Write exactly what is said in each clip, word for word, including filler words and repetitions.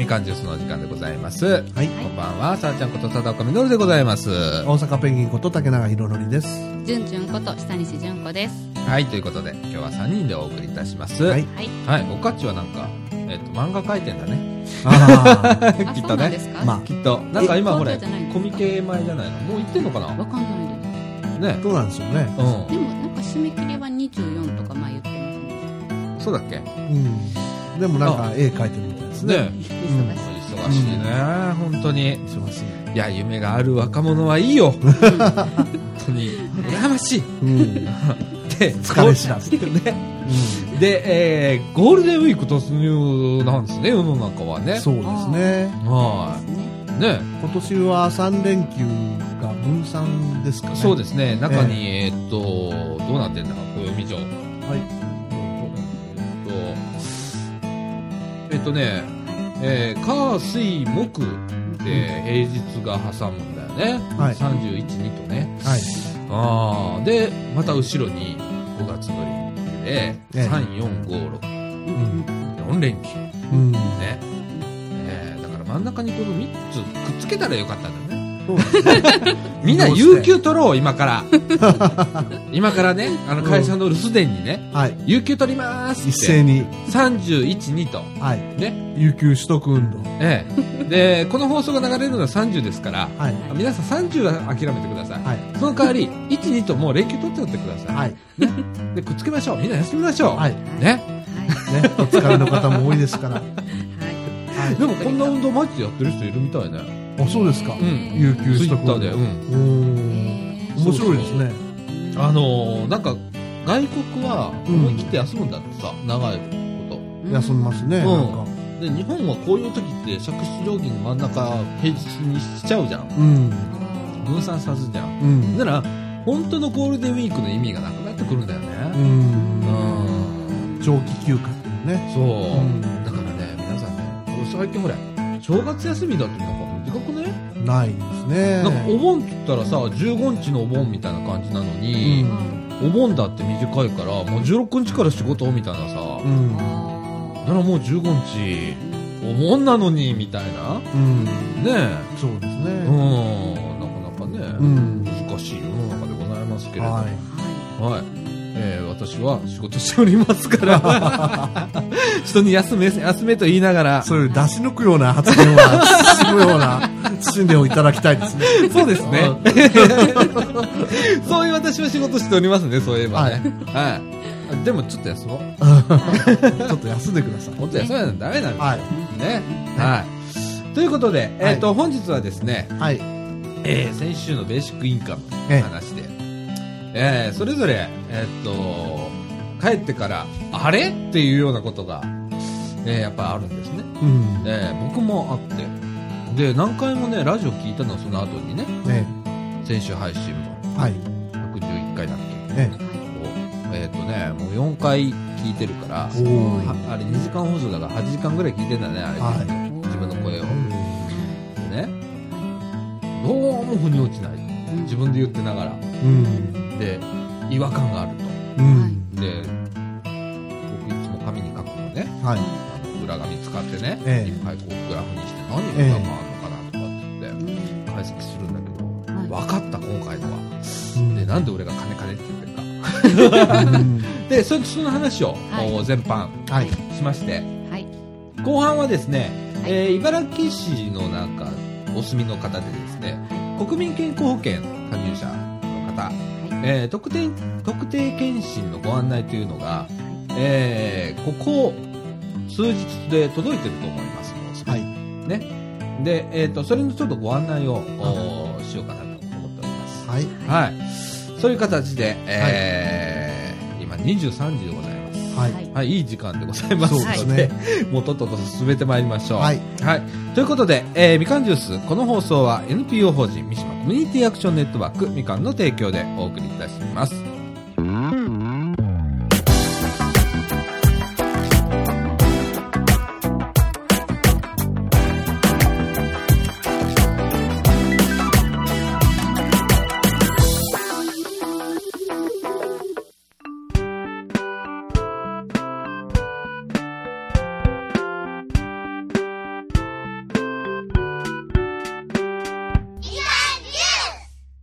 みかんジュースのお時間でございます。はい。 はい。 こんばんは、さあちゃんこと佐岡みのるでございます。 大阪ペンギンこと竹永宏典です。 じゅんじゅんこと下西純子です。 はい、ということで今日はさんにんでお送りいたします。 はい。 はい。おかっちはなんか、えっと、漫画描いてんだね。 ああ。 きっとそうなんでね。 すか？ まあ、 きっと。なんか今ほら、 えコミケ前じゃないの？もう行ってんのかな？ わかんないです。 ね。 そうなんですよね。 うん。 でもなんか締め切りはにじゅうよんとか前言ってますね。 そうだっけ？ うん。でもなんか絵描いてるみたいですね。 ね。 忙しい。 忙しいね、本当に。 忙しい。 いや、夢がある若者はいいよ。本当に。羨ましい。 うん。 で、 疲れ知らず。 ね。で、えー、ゴールデンウィーク突入なんですね、世の中はね。 そうですね。 はい。ね。 今年はさん連休が分散ですかね。 そうですね。中に、えー、っと、どうなってんだ、暦上。はい。えー、っと、えー、っとね、えー、火、水、木で平日が挟むんだよね。はい。さんじゅういち、にとね。はい。ああ、で、また後ろにごがつ乗りで、さん、よん、ご、ろく、よん連休。うん。ね。えー、だから真ん中にこのみっつくっつけたらよかったんだよね。そうですね。みんな有給取ろう、今から。今からね、あの会社の留守電にね、はい、有給取りまーすって。 一斉に。 さんじゅういち、にと。はい。ね。 有給取得運動。 ええ。で、この放送が流れるのはさんじゅうですから、はい、皆さんさんじゅうは諦めてください。はい。その代わり、いち、にともう連休取っちゃってください。はい。ね。で、くっつけましょう。みんな休みましょう。はい。ね。はい。ね。 お疲れの方も多いですから。はい。 でもこんな運動マジでやってる人いるみたいね。 あ、そうですか。うん。有給取得。 ツイッターで。うん。 面白いですね。 あのー、なんか、外国は思い切って休むんだってさ、長いこと。 休みますね。なんか。 で、日本はこういう時って杓子定規の真ん中平日にしちゃうじゃん。うん。分散さすじゃん。うん。だから、本当のゴールデンウィークの意味がなくなってくるんだよね。うん。うん。 長期休暇ってね。 そう。うん、だからね、皆さんね、最近ほら、正月休みだってなんか短くね？ ないですね。 なんかお盆って言ったらさ、じゅうごにちのお盆みたいな感じなのに、うん、お盆だって短いから、もうじゅうろくにちから仕事みたいなさ、うん、だからもうじゅうごにち、お盆なのに、みたいな。うん、ねえ。 そうですね。 うん、なかなかね、うん、難しい世の中でございますけれども。はい。はい。えー、私は仕事しておりますから人に休め休めと言いながらそういう出し抜くような発言は慎むような信念をいただきたいですね。 そうですねそういう私は仕事しておりますね、そういえばね。はい、はい、でもちょっと休もうちょっと休んでください。 本当休まないとダメなんですよ、はいね、はい、ということで、えーとはい、本日はですね、はいえー、先週のベーシックインカムの話で、えー、それぞれ、えー、っと帰ってからあれっていうようなことが、えー、やっぱあるんですね、うんえー、僕もあってで何回もねラジオ聞いたのはその後にね、ね先週配信も、はい、ひゃくじゅういっかいだっけ、ねえー、っとねもうよんかい聞いてるからあれにじかん放送だからはちじかんぐらい聞いてんだねあれ、はい、自分の声をでねどうも腑に落ちない自分で言ってながら、うんで違和感があると、うん、で僕いつも紙に書くのね、はい、あの裏紙使ってね、ええ、いっぱいこうグラフにして何が裏があるのかなとかって言って解析するんだけど、はい、分かった今回のは、うん、でなんで俺が金金って言ってるか、うん、でそ, その話を、はい、全般、はい、しまして、はい、後半はですね、はいえー、茨城市のなんかお住みの方でですね、はい、国民健康保険加入者の方えー、特定、特定健診のご案内というのが、えー、ここ数日で届いてると思いますもうすぐ、はいね、で、えーと、それのちょっとご案内を、はい、しようかなと思っております、はいはい、そういう形で、えーはい、今にじゅうさんじでございます、はいはい、いい時間でございますので、そうですね、もうとっとと進めてまいりましょう、はいはい、ということで、えー、みかんジュースこの放送は エヌピーオー 法人三島コミュニティアクションネットワークみかんの提供でお送りいたします。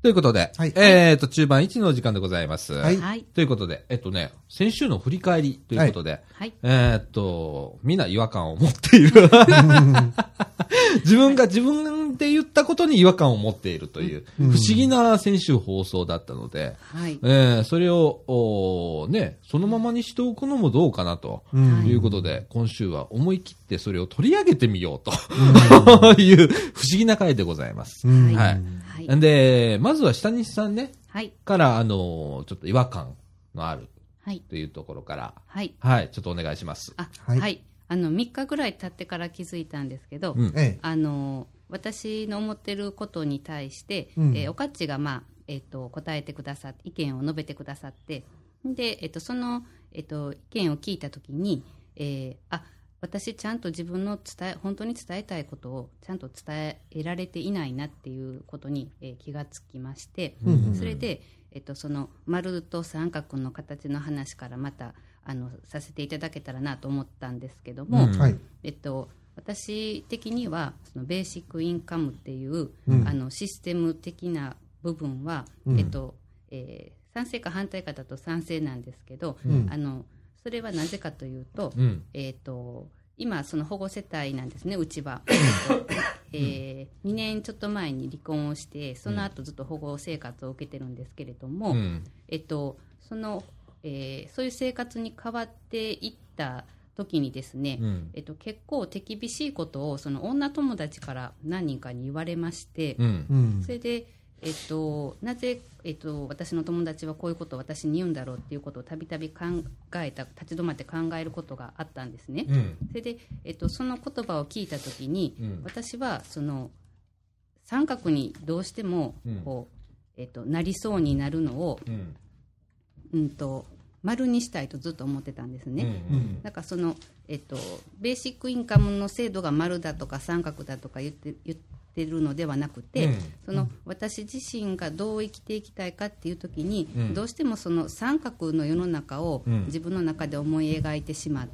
ということで、はい、えっ、ー、と、中盤いちのお時間でございます。 はい。 ということで、えっとね、先週の振り返りということで、はい、えっ、ー、と、みんな違和感を持っている。自分が自分で言ったことに違和感を持っているという、不思議な先週放送だったので、はい、えー、それを、ね、そのままにしておくのもどうかなということで、はい、今週は思い切ってそれを取り上げてみようという不思議な回でございます。はい。はいはい、で、まずは下西さんね、はい、から、あの、ちょっと違和感のあるというところから、はい。はい、ちょっとお願いします。 あ、はい。はいあのみっかぐらい経ってから気づいたんですけど、うん、あの私の思ってることに対して、うんえー、おかっちが、まあえー、と答えてくださって意見を述べてくださってで、えー、とその、えー、と意見を聞いたときに、えー、あ私ちゃんと自分の伝え本当に伝えたいことをちゃんと伝えられていないなっていうことに、えー、気がつきまして、うんうん、それで、えー、とその丸と三角の形の話からまたあのさせていただけたらなと思ったんですけども、うんはいえっと、私的にはそのベーシックインカムっていう、うん、あのシステム的な部分は、うんえっとえー、賛成か反対かだと賛成なんですけど、うん、あのそれはなぜかというと、うんえっと、今その保護世帯なんですねうちは、えー、にねんちょっと前に離婚をしてその後ずっと保護生活を受けてるんですけれども、うんえっと、そのえー、そういう生活に変わっていった時にですね、うんえっと、結構手厳しいことをその女友達から何人かに言われまして、うん、それで、えっと、なぜ、えっと、私の友達はこういうことを私に言うんだろうっていうことをたびたび考えた立ち止まって考えることがあったんですね、うん、それで、えっと、その言葉を聞いた時に、うん、私はその三角にどうしてもこう、えっと、なりそうになるのを、うんうんと丸にしたいとずっと思ってたんですね、うんうん、だからその、えっと、ベーシックインカムの制度が丸だとか三角だとか言って、言ってるのではなくて、うん、その私自身がどう生きていきたいかっていう時に、うん、どうしてもその三角の世の中を自分の中で思い描いてしまって、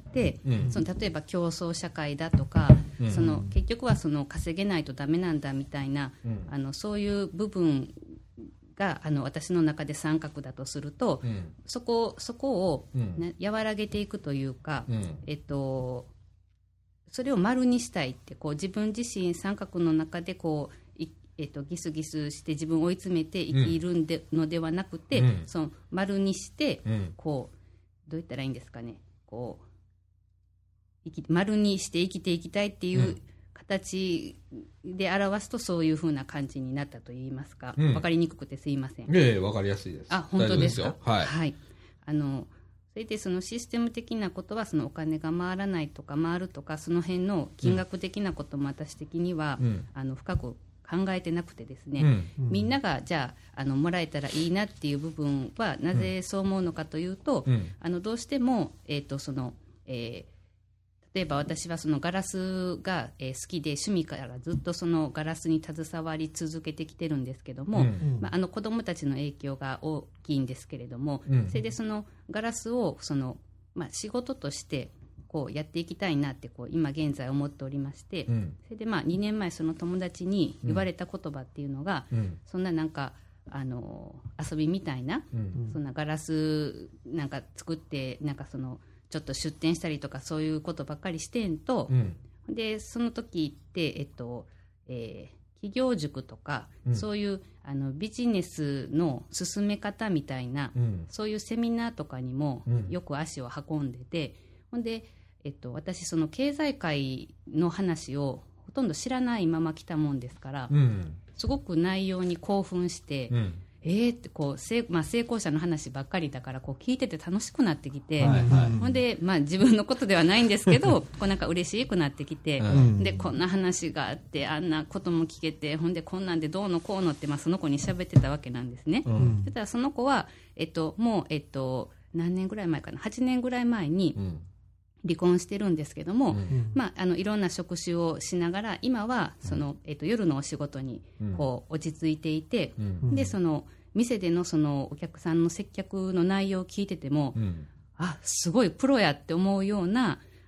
うん、その例えば競争社会だとか、うん、その結局はその稼げないとダメなんだみたいな、うん、あのそういう部分があの私の中で三角だとすると、うん、そこ、そこを、ねうん、和らげていくというか、うんえっと、それを丸にしたいってこう自分自身三角の中でこう、えっと、ギスギスして自分を追い詰めて生きるんで、うん、のではなくて、うん、その丸にして、うん、こうどう言ったらいいんですかねこう生き丸にして生きていきたいっていう、うん形で表すとそういう風な感じになったと言いますか、うん、分かりにくくてすいません。 ええ、分かりやすいです。 あ、本当ですか。 はい、 はい、あのそれでそのシステム的なことはそのお金が回らないとか回るとかその辺の金額的なことも私的には、うん、あの深く考えてなくてですね、うんうん、みんながじゃあ、あのもらえたらいいなっていう部分はなぜそう思うのかというと、うん、あのどうしても、えーとそのえー例えば私はそのガラスが好きで趣味からずっとそのガラスに携わり続けてきてるんですけども、うんまあ、あの子どもたちの影響が大きいんですけれども、うん、それでそのガラスをその、まあ、仕事としてこうやっていきたいなってこう今現在思っておりまして、うん、それでまあにねんまえその友達に言われた言葉っていうのが、うん、そんななんかあの遊びみたいな、うん、そんなガラスなんか作ってなんかそのちょっと出店したりとかそういうことばっかりしてんと、うん、でその時って、えっとえー、企業塾とか、うん、そういうあのビジネスの進め方みたいな、うん、そういうセミナーとかにもよく足を運んでて、ほんで、えっと、私その経済界の話をほとんど知らないまま来たもんですから、うん、すごく内容に興奮して、うんえー、ってこう成、まあ、成功者の話ばっかりだからこう聞いてて楽しくなってきて、はいはい、ほんで、まあ、自分のことではないんですけどこうなんか嬉しくなってきて、うん、でこんな話があってあんなことも聞けてほんでこんなんでどうのこうのって、まあ、その子に喋ってたわけなんですね、うん、そしたらその子は、えっと、もう、えっと、何年ぐらい前かなはちねんぐらい前に、うん離婚してるんですけども、うんまあ、あのいろんな職種をしながら今はその、えっと、夜のお仕事にこう落ち着いていて、うん、でその店でのそのお客さんの接客の内容を聞いてても、うん、あすごいプロやって思うような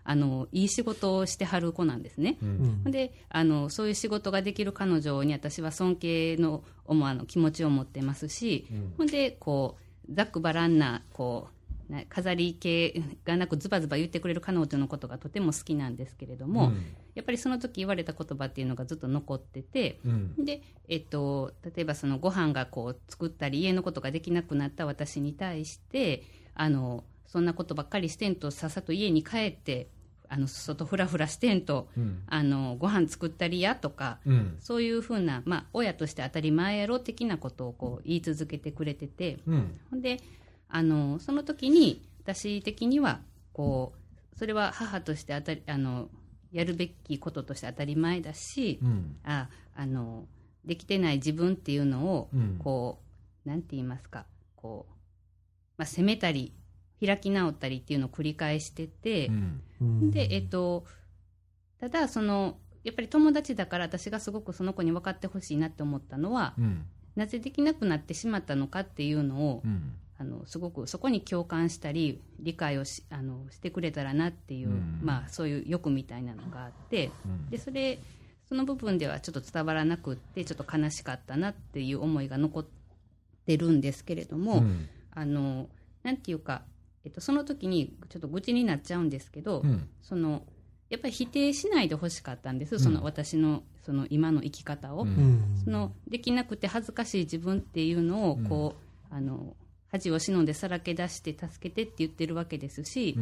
あのいい仕事をしてはる子なんですね、うん、であのそういう仕事ができる彼女に私は尊敬の思わぬ気持ちを持ってますし、うん、ほんでこうざっくばらんなこう飾り系がなくズバズバ言ってくれる彼女のことがとても好きなんですけれども、うん、やっぱりその時言われた言葉っていうのがずっと残ってて、うん、で、えっと、例えばそのご飯がこう作ったり家のことができなくなった私に対してあのそんなことばっかりしてんとさっさと家に帰ってあの外フラフラしてんと、うん、あのご飯作ったりやとか、うん、そういうふうな、まあ、親として当たり前やろ的なことをこう言い続けてくれてて、うん、であのその時に私的にはこうそれは母として当たりあのやるべきこととして当たり前だし、うん、ああのできてない自分っていうのを、うん、こうなんて言いますかこう、まあ、責めたり開き直ったりっていうのを繰り返してて、うん、で、えっと、ただそのやっぱり友達だから私がすごくその子に分かってほしいなって思ったのは、うん、なぜできなくなってしまったのかっていうのを、うん、あのすごくそこに共感したり理解を し, あのしてくれたらなっていう、うん、まあ、そういう欲みたいなのがあって、うん、でそれその部分ではちょっと伝わらなくってちょっと悲しかったなっていう思いが残ってるんですけれども、うん、あのなんていうかえっと、その時にちょっと愚痴になっちゃうんですけど、うん、そのやっぱり否定しないでほしかったんです、うん、その私 の, その今の生き方を、うん、そのできなくて恥ずかしい自分っていうのをこう、うん、あの恥を忍んでさらけ出して助けてって言ってるわけですし、うん、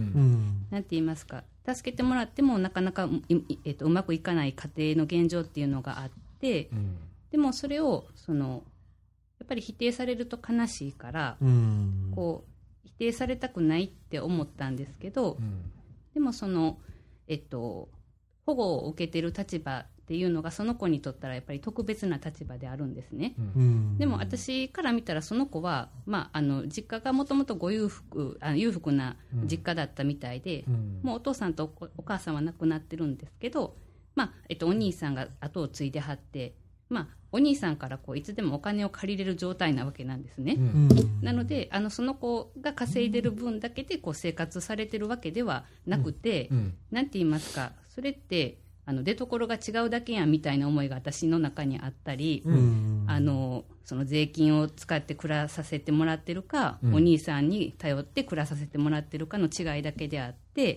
なんて言いますか助けてもらってもなかなか う,、えっと、うまくいかない家庭の現状っていうのがあって、うん、でもそれをそのやっぱり否定されると悲しいから、うん、こう否定されたくないって思ったんですけど、うん、でもその、えっと、保護を受けてる立場っていうのがその子にとったらやっぱり特別な立場であるんですね、うん、でも私から見たらその子は、まあ、あの実家がもともとご裕福あ裕福な実家だったみたいで、うん、もうお父さんと お, お母さんは亡くなってるんですけど、まあえっと、お兄さんが後を継いではって、まあ、お兄さんからこういつでもお金を借りれる状態なわけなんですね、うん、なのであのその子が稼いでる分だけでこう生活されてるわけではなくて、うんうん、なんて言いますかそれってあの出所が違うだけやんみたいな思いが私の中にあったり、うん、あのその税金を使って暮らさせてもらってるか、うん、お兄さんに頼って暮らさせてもらってるかの違いだけであって、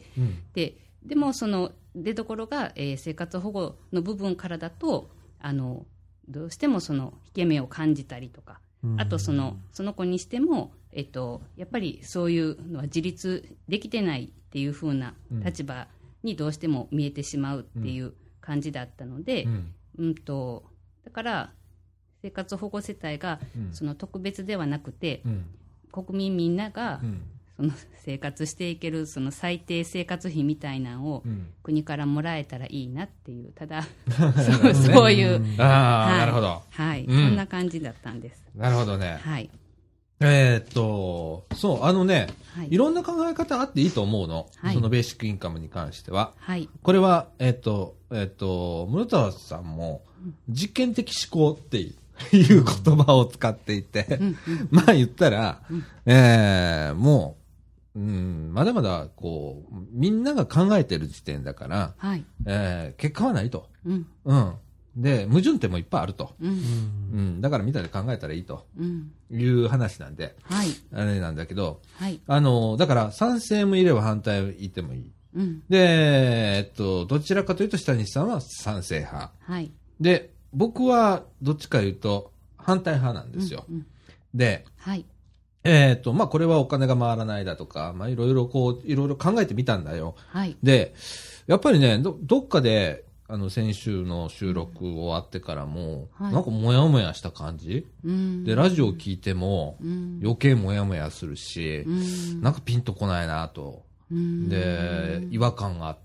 うん、で, でもその出所が、えー、生活保護の部分からだとあのどうしてもその引け目を感じたりとか、あとそのその子にしても、えっと、やっぱりそういうのは自立できてないっていう風な立場にどうしても見えてしまうっていう感じだったので、うんうん、とだから生活保護世帯がその特別ではなくて、うん、国民みんながその生活していけるその最低生活費みたいなのを国からもらえたらいいなっていう、ただそう、そういう、 あ、はい、なるほど、 はい、うん、そんな感じだったんです。 なるほどね。 はい。 えー、っとそうあのね、はい、いろんな考え方あっていいと思うの、はい、そのベーシックインカムに関しては、はい、これはえー、っとえー、っと室田さんも実験的思考っていういう言葉を使っていて、うん、まあ言ったら、うん、えー、もう、うん、まだまだこうみんなが考えてる時点だから、はい、えー、結果はないと、うんうん、で矛盾点もいっぱいあると、うんうん、だからみんなで考えたらいいという話なんで、はい、あれなんだけど、はい、あのだから賛成もいれば反対もいてもいい、うん、で、えっと、どちらかというと下西さんは賛成派、はい、で僕はどっちかいうと反対派なんですよ。うんうん、で、はい、えっと、まあ、これはお金が回らないだとか、まあ、いろいろこう、いろいろ考えてみたんだよ。はい、で、やっぱりね、ど、どっかで、あの、先週の収録終わってからも、はい、なんかもやもやした感じ、うん、で、ラジオを聞いても、余計もやもやするし、うん、なんかピンとこないなと。で違和感があって、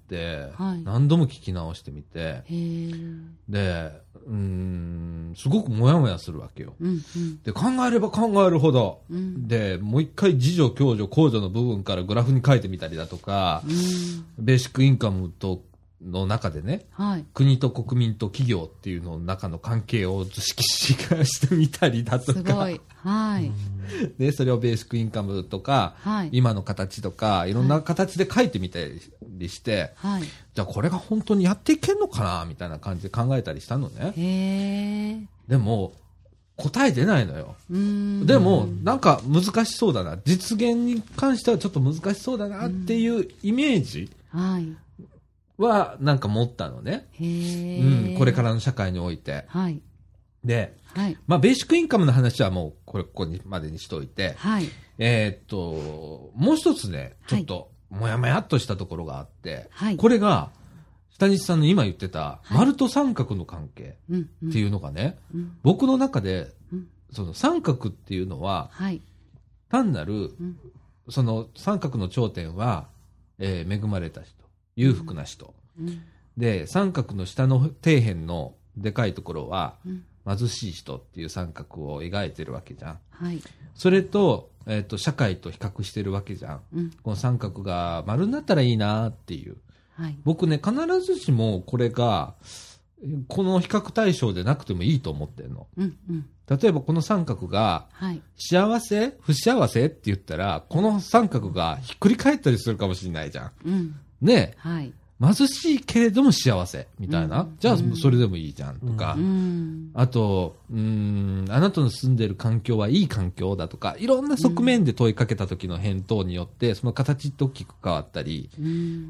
はい、何度も聞き直してみて、でうーんすごくモヤモヤするわけよ、うんうん、で考えれば考えるほど、うん、でもう一回自助共助控除の部分からグラフに書いてみたりだとか、うん、ベーシックインカムとの中でね、 はい、 国と国民と企業っていうの中の関係を図式化してみたりだとか。 すごい。はい。 で、それをベーシックインカムとか、はい、今の形とか、いろんな形で書いてみたりして、はい、じゃあこれが本当にやっていけんのかなみたいな感じで考えたりしたのね。 へー。 でも、答え出ないのよ。でも、なんか難しそうだな。実現に関してはちょっと難しそうだなっていうイメージはなんか持ったのね。 へー。 うん、これからの社会において。 はい。 で、 はい、 まあ、ベーシックインカムの話はもう、これ、ここにまでにしておいて、 はい、 えー、っと、もう一つね、ちょっと、もやもやっとしたところがあって、 はい、 これが、下西さんの今言ってた、丸と三角の関係っていうのがね、 うんうん、 僕の中で、その三角っていうのは、 はい、 単なる、うん、その三角の頂点は、えー、恵まれた人、裕福な人、 うんうん、 で、三角の下の底辺のでかいところは、 うん貧しい人っていう三角を描いてるわけじゃん。 はい。 それと、えっと、社会と比較してるわけじゃん。 うん、 この三角が丸になったらいいなっていう。 はい。 僕ね、必ずしもこれが、この比較対象でなくてもいいと思ってるの。 うんうん、 例えばこの三角が、 はい、 幸せ不幸せって言ったら、この三角がひっくり返ったりするかもしれないじゃん。 うん、 ねえ。 はい。 貧しいけれども幸せみたいな、うん、じゃあそれでもいいじゃんとか、 うん、 あとうーんあなたの住んでる環境はいい環境だとか、いろんな側面で問いかけた時の返答によってその形って大きく変わったり、 うん、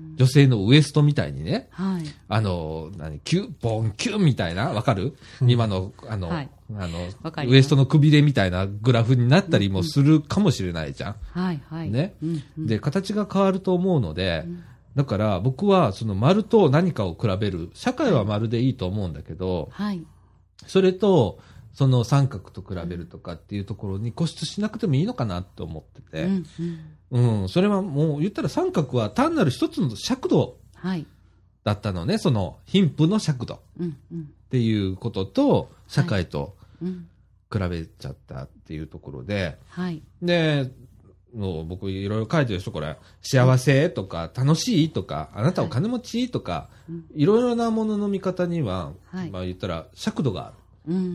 女性のウエストみたいにね、 はい、 あの何キュボンキュンみたいな、わかる、うん、今のあの、はい、あのウエストのくびれみたいなグラフになったりもするかもしれないじゃん、 うん、はいはいね、 うんうん、 で形が変わると思うので、 うん、 だから僕はその丸と何かを比べる、社会は丸でいいと思うんだけど、 はい、 それとその三角と比べるとかっていうところに固執しなくてもいいのかなって思ってて、 うんうんうん、それはもう言ったら三角は単なる一つの尺度だったのね、はい、その貧富の尺度っていうことと社会と比べちゃったっていうところで、 はい、 でもう僕いろいろ書いてるでしょ、これ。幸せとか楽しいとか、あなたお金持ちとか、いろいろなものの見方には、 はい、 まあ言ったら尺度がある。 うん、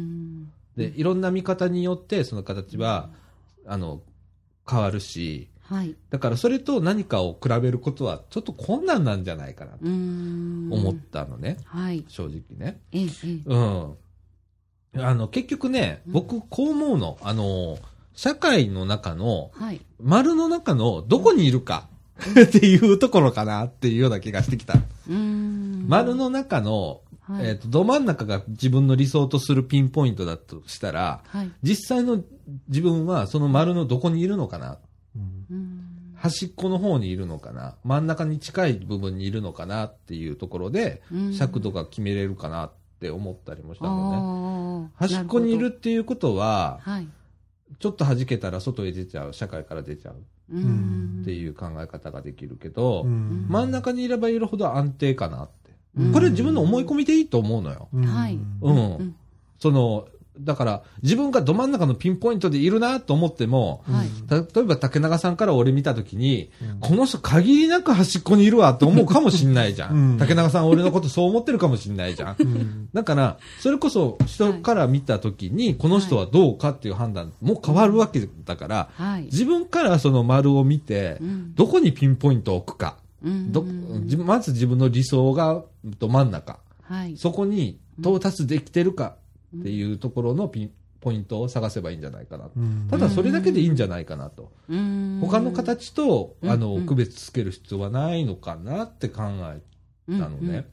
で、いろんな見方によってその形は、うん、あの、変わるし、 はい、 だからそれと何かを比べることはちょっと困難なんじゃないかなと思ったのね。 はい、 正直ね。 ええ、 うん。あの、結局ね、僕こう思うの。あの、社会の中の、 はい、 丸の中のどこにいるかっていうところかなっていうような気がしてきた。 うーん、 丸の中の、はい、えーと、ど真ん中が自分の理想とするピンポイントだとしたら、 はい、 実際の自分はその丸のどこにいるのかな、 うん、 端っこの方にいるのかな、真ん中に近い部分にいるのかなっていうところで、尺度が決めれるかなって思ったりもしたのね。端っこにいるっていうことは、 はい、 ちょっと弾けたら外へ出ちゃう、社会から出ちゃうっていう考え方ができるけど、真ん中にいればいるほど安定かなって。これ自分の思い込みでいいと思うのよ。 はい。 うん。その、だから自分がど真ん中のピンポイントでいるなと思っても、 はい、 例えば竹中さんから俺見たときに、うん、この人限りなく端っこにいるわって思うかもしんないじゃん。うん、竹中さん俺のことそう思ってるかもしんないじゃん。うん、だから、それこそ人から見たときに、この人はどうかっていう判断も変わるわけだから、 はい、 自分からその丸を見て、 うん、 どこにピンポイントを置くか。 うん、 どまず自分の理想がど真ん中。 はい、 そこに到達できてるかっていうところのピン、ポイントを探せばいいんじゃないかな、うん、ただそれだけでいいんじゃないかなと、 うん、 他の形とあの、 うん、 区別つける必要はないのかなって考えたのね。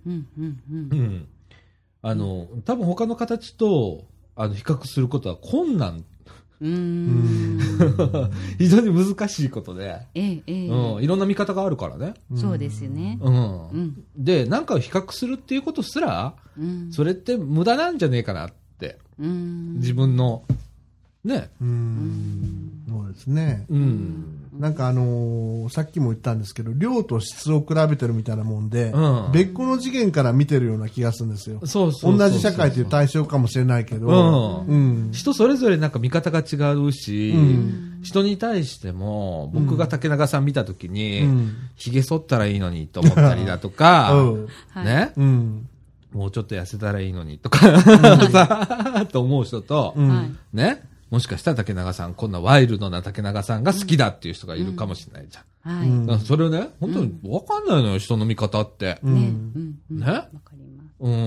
あの多分他の形とあの比較することは困難、 うーん非常に難しいことで、 ええええうん、いろんな見方があるからね。 そうですよね、 うんうん、 で何かを比較するっていうことすら、 うん、 それって無駄なんじゃねえかなって、 うん、 自分のね。 うん。そうですね。 うん。 なんかあのー、さっきも言ったんですけど、量と質を比べてるみたいなもんで、うん、別個の次元から見てるような気がするんですよ。 そうそうそうそう。 同じ社会という対象かもしれないけど、 うんうん、人それぞれなんか見方が違うし、うん、人に対しても、僕が竹中さん見たときに、うん、髭剃ったらいいのにと思ったりだとか、うん、ね、うん、もうちょっと痩せたらいいのにとか、さ、と思う人と、うん、ね、もしかしたら竹中さん、こんなワイルドな竹中さんが好きだっていう人がいるかもしれないじゃん。うん、はい。それね、本当に分かんないのよ、人の見方って。うん、ね。わかります。うん。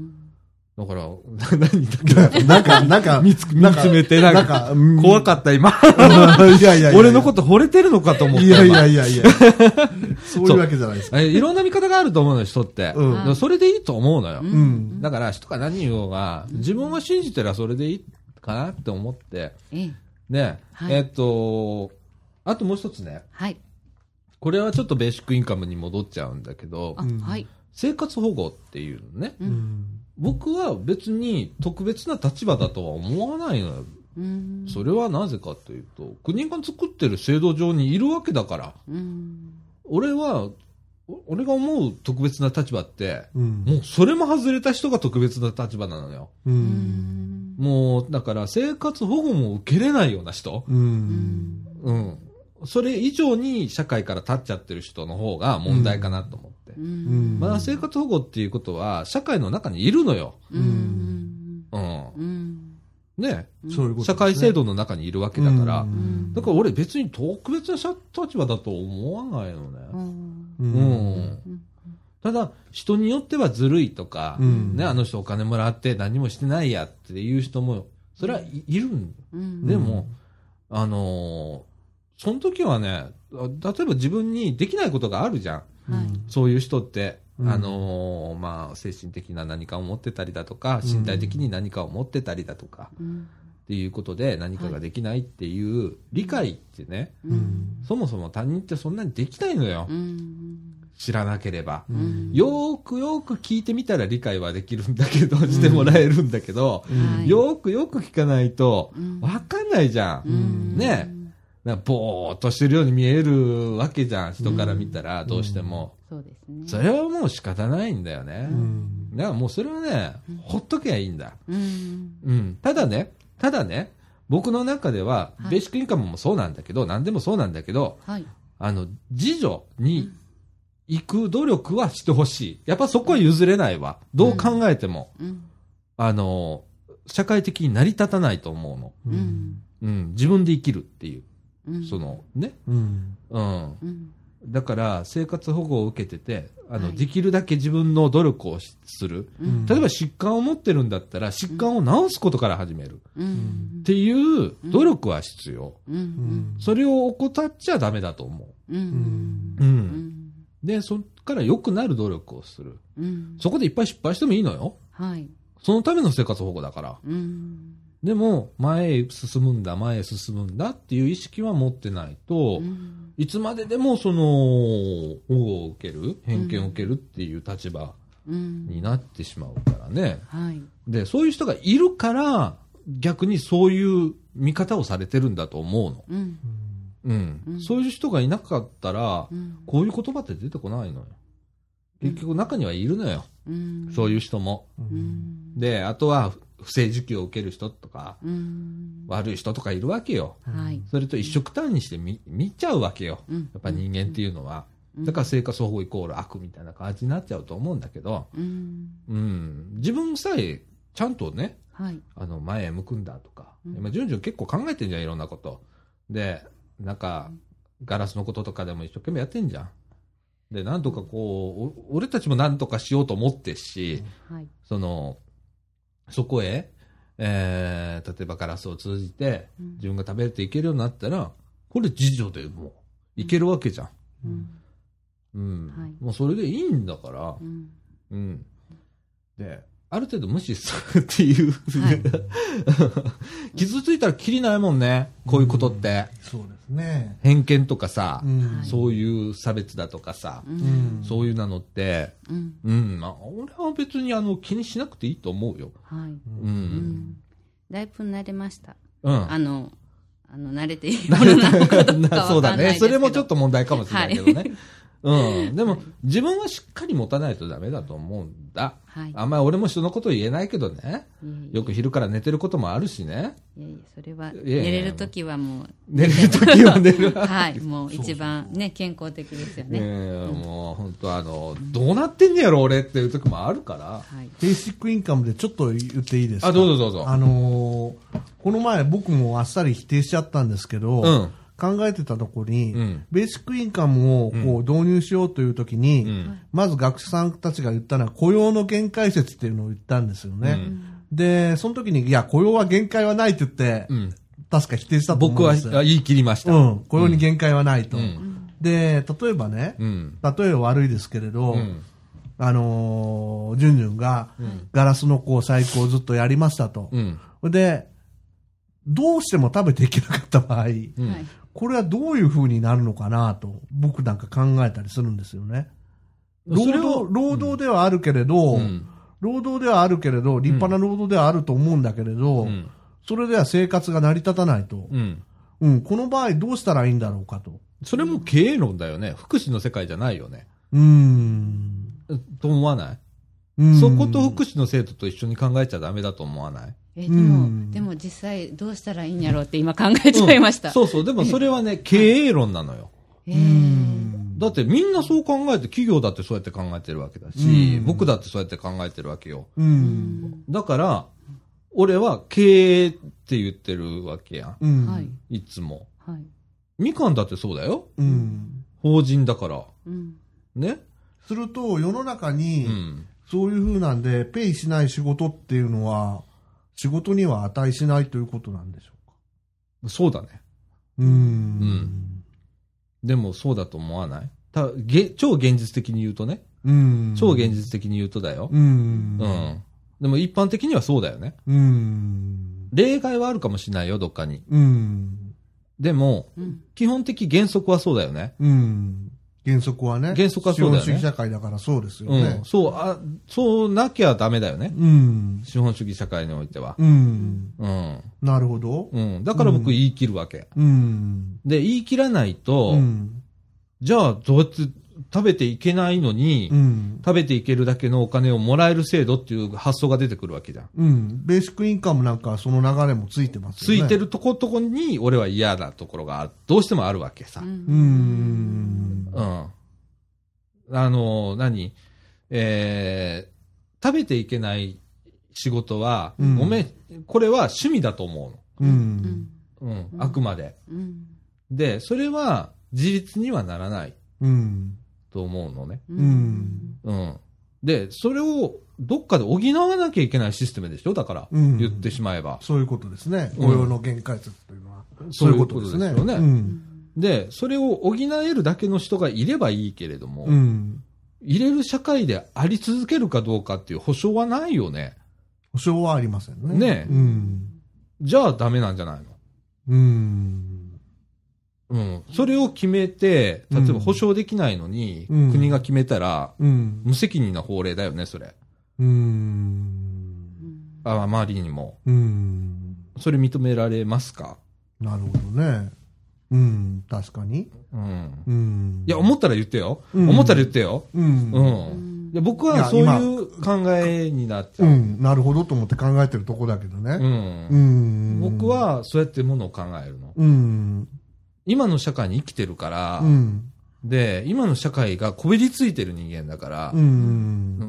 だから、何だっけなんか、なんか、 見つめて、なんか、怖かった今。いやいやいや。俺のこと惚れてるのかと思って。 いやいやいやいや。そういうわけじゃないですか。 いろんな見方があると思うのよ、人って。うん、それでいいと思うのよ。うん、だから、人が何言おうが、自分は信じてりゃそれでいいかなって思って。ね、はい、えっと、あともう一つね。はい。これはちょっとベーシックインカムに戻っちゃうんだけど、はい。生活保護っていうのね。うん、僕は別に特別な立場だとは思わないのよ。うん、それはなぜかというと、国が作ってる制度上にいるわけだから。うん、俺は、俺が思う特別な立場って、うん、もうそれも外れた人が特別な立場なのよ。うん、もう、だから生活保護も受けれないような人。うん。うん。それ以上に社会から立っちゃってる人の方が問題かなと思って。うん、まあ生活保護っていうことは社会の中にいるのよ。うん。うん。うん、ね、そういうことですね。社会制度の中にいるわけだから。うん、だから俺別に特別な立場だと思わないのね。うん。うん、ただ、人によってはずるいとか、うん、ね、あの人お金もらって何もしてないやっていう人も、それはいるん、うん、でも、あのー、その時はね、例えば自分にできないことがあるじゃん。はい、そういう人って、うん、あのー、まあ、精神的な何かを持ってたりだとか、身体的に何かを持ってたりだとか、うん、っていうことで何かができないっていう理解ってね、うん、そもそも他人ってそんなにできないのよ。うん、知らなければ、うん、よーくよーく聞いてみたら理解はできるんだけど、してもらえるんだけど、うん、よーくよーく聞かないとわかんないじゃん。うん、ね。なんかぼーっとしてるように見えるわけじゃん、人から見たら、どうしても、うん。そうですね。それはもう仕方ないんだよね。うん、だからもうそれはね、ほっとけばいいんだ。うん。うん。ただね、ただね、僕の中では、はい、ベーシックインカムもそうなんだけど、何でもそうなんだけど、はい、あの、自助に行く努力はしてほしい。やっぱそこは譲れないわ。どう考えても。うん、あの、社会的に成り立たないと思うの。うん。うん。自分で生きるっていう。うん、その、ね。うん。うん。うん、だから、生活保護を受けてて、あの、はい、できるだけ自分の努力をする、うん。例えば疾患を持ってるんだったら、疾患を治すことから始める。うん、っていう努力は必要。うん、それを怠っちゃダメだと思う。うん。うん。で、そっから良くなる努力をする。うん、そこでいっぱい失敗してもいいのよ。はい。そのための生活保護だから。うん、でも、前へ進むんだ、前へ進むんだっていう意識は持ってないと、うん、いつまででもその、保護を受ける、偏見を受けるっていう立場になってしまうからね。うんはい、で、そういう人がいるから、逆にそういう見方をされてるんだと思うの。うんうんうん、そういう人がいなかったら、うん、こういう言葉って出てこないのよ。結局中にはいるのよ。うん、そういう人も、うん。で、あとは不正受給を受ける人とか、うん、悪い人とかいるわけよ。はい、それと一緒くたにして見、見ちゃうわけよ。やっぱ人間っていうのは。だから生活保護イコール悪みたいな感じになっちゃうと思うんだけど、うんうん、自分さえちゃんとね、はい、あの前へ向くんだとか、うん、今順々結構考えてんじゃん、いろんなこと。で、なんか、ガラスのこととかでも一生懸命やってんじゃん。で、なんとかこう、俺たちもなんとかしようと思ってるし、はい、その、そこへ、えー、例えばガラスを通じて、自分が食べれていけるようになったら、これ自助でもう、いけるわけじゃん。うん。うんはい、もうそれでいいんだから、うん。うん、で、ある程度無視するっていう、はい、傷ついたらきりないもんね、こういうことって。 うん、そうですね。 偏見とかさ、うん、そういう差別だとかさ、うん、そういうなのって、うん、うん、まあ、俺は別にあの気にしなくていいと思うよ。はい。うん。 うん、だいぶ慣れました。 うん、あの、あの、慣れているものなのかどうかはそうだね。それもちょっと問題かもしれないけどね。はいうん。でも、自分はしっかり持たないとダメだと思うんだ。はい。あんまり俺も人のこと言えないけどね。よく昼から寝てることもあるしね。 いやいや、それは、寝れるときはもう。 寝れるときは寝る。 はい。もう一番ね、健康的ですよね。 ええ、もう本当あの、どうなってんねやろ俺っていうときもあるから。はい。 ベーシックインカムでちょっと言っていいですか？ あ、どうぞどうぞ。 あのー、この前僕もあっさり否定しちゃったんですけど、うん。考えてたところに、うん、ベーシックインカムをこう導入しようというときに、うん、まず学者さんたちが言ったのは雇用の限界説っていうのを言ったんですよね。うん、で、その時に、いや、雇用は限界はないって言って、うん、確か否定したと思うんですよ。 僕は言い切りました。 うん、雇用に限界はないと。うん、で、例えばね、うん、例えば悪いですけれど、うん、あのー、ジュンジュンがガラスのこう細工をずっとやりましたと。うん、で、どうしても食べていけなかった場合、うんこれはどういう風になるのかなと、僕なんか考えたりするんですよね。労働、労働ではあるけれど、うん、労働ではあるけれど、立派な労働ではあると思うんだけれど、うん、それでは生活が成り立たないと、うんうん。この場合どうしたらいいんだろうかと。 それも経営論だよね。福祉の世界じゃないよね。 うーん。 と思わない？そこと福祉の制度と一緒に考えちゃダメだと思わない？ えでも、でも実際どうしたらいいんやろうって今考えちゃいました。 うん、そうそう。でもそれはね、経営論なのよ。だってみんなそう考えて、企業だってそうやって考えてるわけだし、僕だってそうやって考えてるわけよ。だから、俺は経営って言ってるわけやん。いつも。はい、みかんだってそうだよ。うん、法人だから。うん、ね。 すると、世の中に、そういう風なんで、ペイしない仕事っていうのは、仕事には値しないということなんでしょうか。 そうだね。うーん。うん。でもそうだと思わない？たげ超現実的に言うとね。うん。超現実的に言うとだよ。うん。うん。でも一般的にはそうだよね。うん。例外はあるかもしれないよ、どっかに。うん。でも、うん、基本的原則はそうだよね。うん。 原則はね。 原則はそうだよね。 資本主義社会だからそうですよね。 うん、そう、あ、そうなきゃダメだよね。うん。資本主義社会においては。うん。 うん。なるほど。 うん。だから僕言い切るわけ。うん。で、言い切らないと、うん、じゃあどうやって食べていけないのに、うん、食べていけるだけのお金をもらえる制度っていう発想が出てくるわけじゃん。 うん。ベーシックインカムなんかその流れもついてますよね。 ついてるとことこに俺は嫌なところがどうしてもあるわけさ。うん。うん。あの、何えー、食べていけない仕事は、うん、ごめん、これは趣味だと思うの。うん。うん。あくまで。うん。で、それは自立にはならない。うん。と思うのね。うん。うん。で、それをどっかで補わなきゃいけないシステムでしょだから、うん、言ってしまえば。 そういうことですね。雇用の限界説というのは。うん、そういうことですね。そういうことですよね。うんで、それを補えるだけの人がいればいいけれども、うん、入れる社会であり続けるかどうかっていう保証はないよね。 保証はありませんね。 ねえ。うん、じゃあダメなんじゃないの？うん。うん。それを決めて、例えば保証できないのに、うん、国が決めたら、うん、無責任な法令だよね、それ。うん。あ、あまりにも。うん。それ認められますか？ なるほどね。うん、確かに。うん。 うん。いや、思ったら言ってよ。うん、思ったら言ってよ。うん。うん。で僕はそういう考えになっちゃう。うん。 なるほどと思って考えてるとこだけどね。うん。 うん。僕はそうやってものを考えるの。うん。今の社会に生きてるから、うん。で、今の社会がこびりついてる人間だから、うん。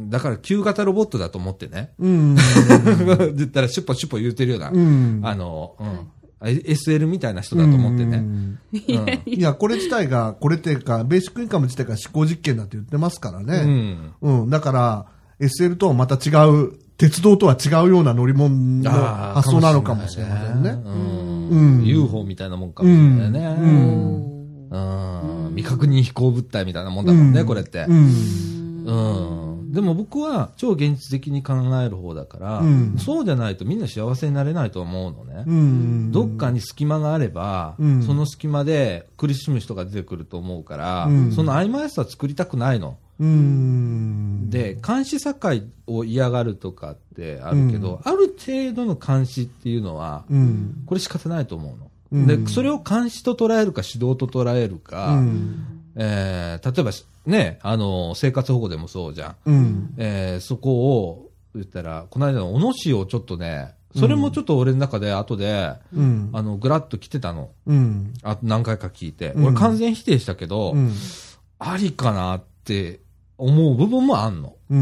だから旧型ロボットだと思ってね。うん。言ったらシュッポシュッポ言うてるような、うん。あの、うん。エスエル みたいな人だと思ってね。うんうん、いや、これ自体が、これっていうか、ベーシックインカム自体が思考実験だって言ってますからね。うん。うん、だから、エスエル とはまた違う、鉄道とは違うような乗り物の発想なのかもしれませんね。うん。 うん、ユーフォー みたいなもんかもしれないね。うん。うん。未確認飛行物体みたいなもんだもんね、これって。うん。うん。でも僕は超現実的に考える方だから、うん、そうじゃないとみんな幸せになれないと思うのね。うん、どっかに隙間があれば、うん、その隙間で苦しむ人が出てくると思うから、うん、その曖昧さは作りたくないの。 うーんで、監視社会を嫌がるとかってあるけど、うん、ある程度の監視っていうのは、うん、これ仕方ないと思うの。うん、で、それを監視と捉えるか指導と捉えるか、うん、えー、例えばね、あの、生活保護でもそうじゃん。うん、えー、そこを言ったら、この間の小野市をちょっとね、それもちょっと俺の中で後で、うん、あの、ぐらっと来てたの。うん、あ何回か聞いて。うん、俺完全否定したけど、うん、ありかなって思う部分もあんの。うん。うん。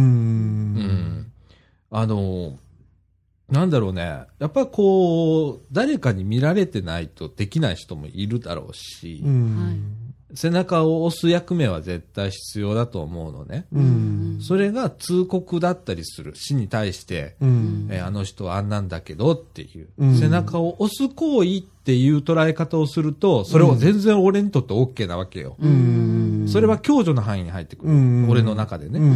あの、なんだろうね。やっぱりこう、誰かに見られてないとできない人もいるだろうし、うん、背中を押す役目は絶対必要だと思うのね。うん、それが通告だったりする。市に対して、うんえー、あの人はあんなんだけどっていう、うん、背中を押す行為っていう捉え方をすると、それを全然俺にとって OK なわけよ。うん、それは共助の範囲に入ってくる。うん、俺の中でね。うん、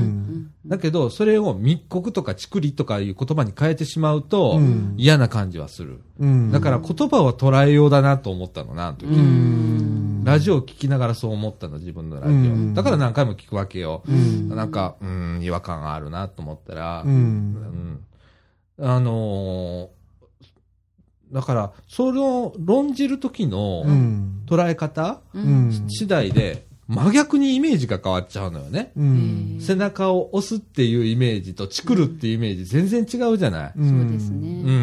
だけど、それを密告とかチクリとかいう言葉に変えてしまうと、うん、嫌な感じはする。うん、だから言葉を捉えようだなと思ったのな、あの時。うんラジオを聞きながらそう思ったの、自分のラジオ。うん、だから何回も聞くわけよ。うん、なんか、うん、違和感があるなと思ったら、うんうん、あのー、だから、それを論じる時の捉え方、うん、次第で、真逆にイメージが変わっちゃうのよね。うん、背中を押すっていうイメージと、チクるっていうイメージ全然違うじゃない。 うん、そうですね。 うん。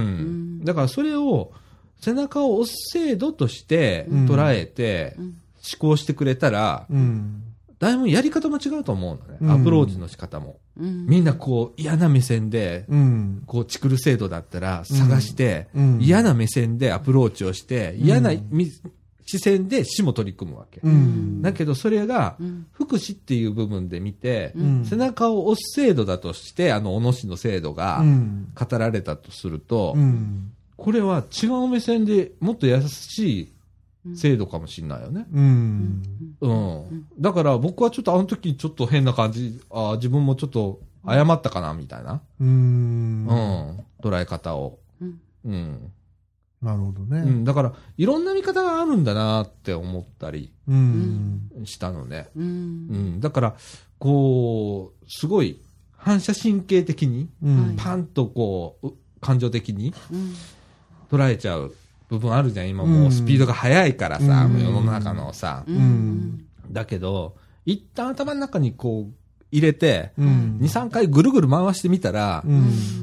だからそれを、背中を押す制度として捉えて思考してくれたら、うん、だいぶやり方も違うと思うのね。うん、アプローチの仕方も。うん、みんなこう嫌な目線で、うん、こうチクる制度だったら探して、うん、嫌な目線でアプローチをして、うん、嫌な視線で死も取り組むわけ。うん、だけどそれが福祉っていう部分で見て、うん、背中を押す制度だとして、あの小野市の制度が語られたとすると、うんこれは違う目線でもっと優しい制度かもしれないよね。うん。うん。だから僕はちょっとあの時ちょっと変な感じ、あ自分もちょっと謝ったかなみたいな。うん。うん。捉え方を。うん。うん。 なるほどね。うん。だからいろんな見方があるんだなって思ったりしたのね。うん。うん。だからこうすごい反射神経的に、うん、パンとこう感情的に。うん捉えちゃう部分あるじゃん。今もうスピードが速いからさ、うん、世の中のさ、うん、だけど一旦頭の中にこう入れて、うん、にさんかいぐるぐる回してみたら、うん、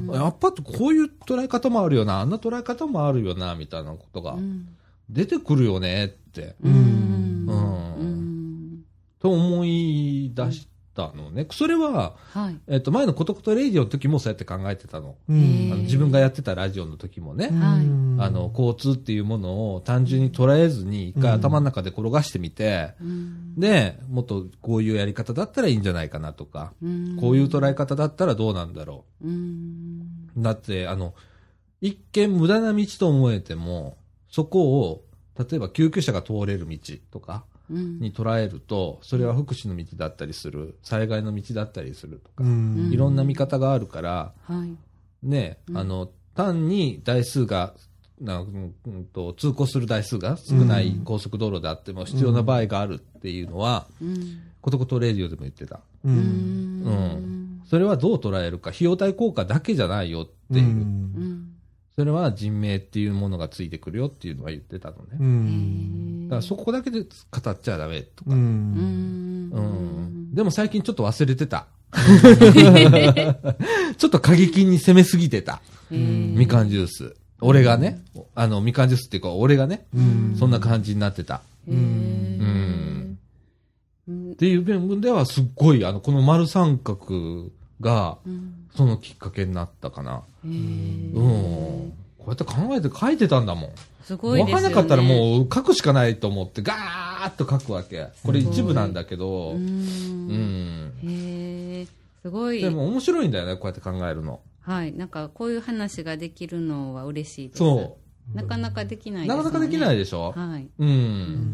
やっぱこういう捉え方もあるよな、あんな捉え方もあるよなみたいなことが出てくるよねって、うんうんうん、と思い出したのね。それは、はいえっと、前のコトコトレイディオの時もそうやって考えてたの。あの自分がやってたラジオの時もね、あの交通っていうものを単純に捉えずに一回頭の中で転がしてみて、でもっとこういうやり方だったらいいんじゃないかなとか、こういう捉え方だったらどうなんだろう。だってあの一見無駄な道と思えてもそこを例えば救急車が通れる道とかに捉えると、それは福祉の道だったりする、災害の道だったりするとか、いろんな見方があるから、ね、あの単に台数がな、うんと通行する台数が少ない高速道路であっても必要な場合があるっていうのは、コトコトレディオでも言ってた。うんうん、それはどう捉えるか、費用対効果だけじゃないよっていう。うんそれは人命っていうものがついてくるよっていうのは言ってたのね。うんだからそこだけで語っちゃダメとか。うんうん、でも最近ちょっと忘れてた。ちょっと過激に攻めすぎてた。みかんジュース。俺がね、あの、みかんジュースっていうか俺がね、そんな感じになってた。うんっていう部分ではすっごい、あの、この丸三角が、そのきっかけになったかな。うん。こうやって考えて書いてたんだもん。 すごいですよね。 分からなかったらもう書くしかないと思ってガーッと書くわけ。これ一部なんだけど。うん。うん。 へえ。すごい。 でも面白いんだよね、こうやって考えるの。 はい。なんかこういう話ができるのは嬉しいです。そう。なかなかできないですよね。 なかなかできないでしょ。はい。うん。うん、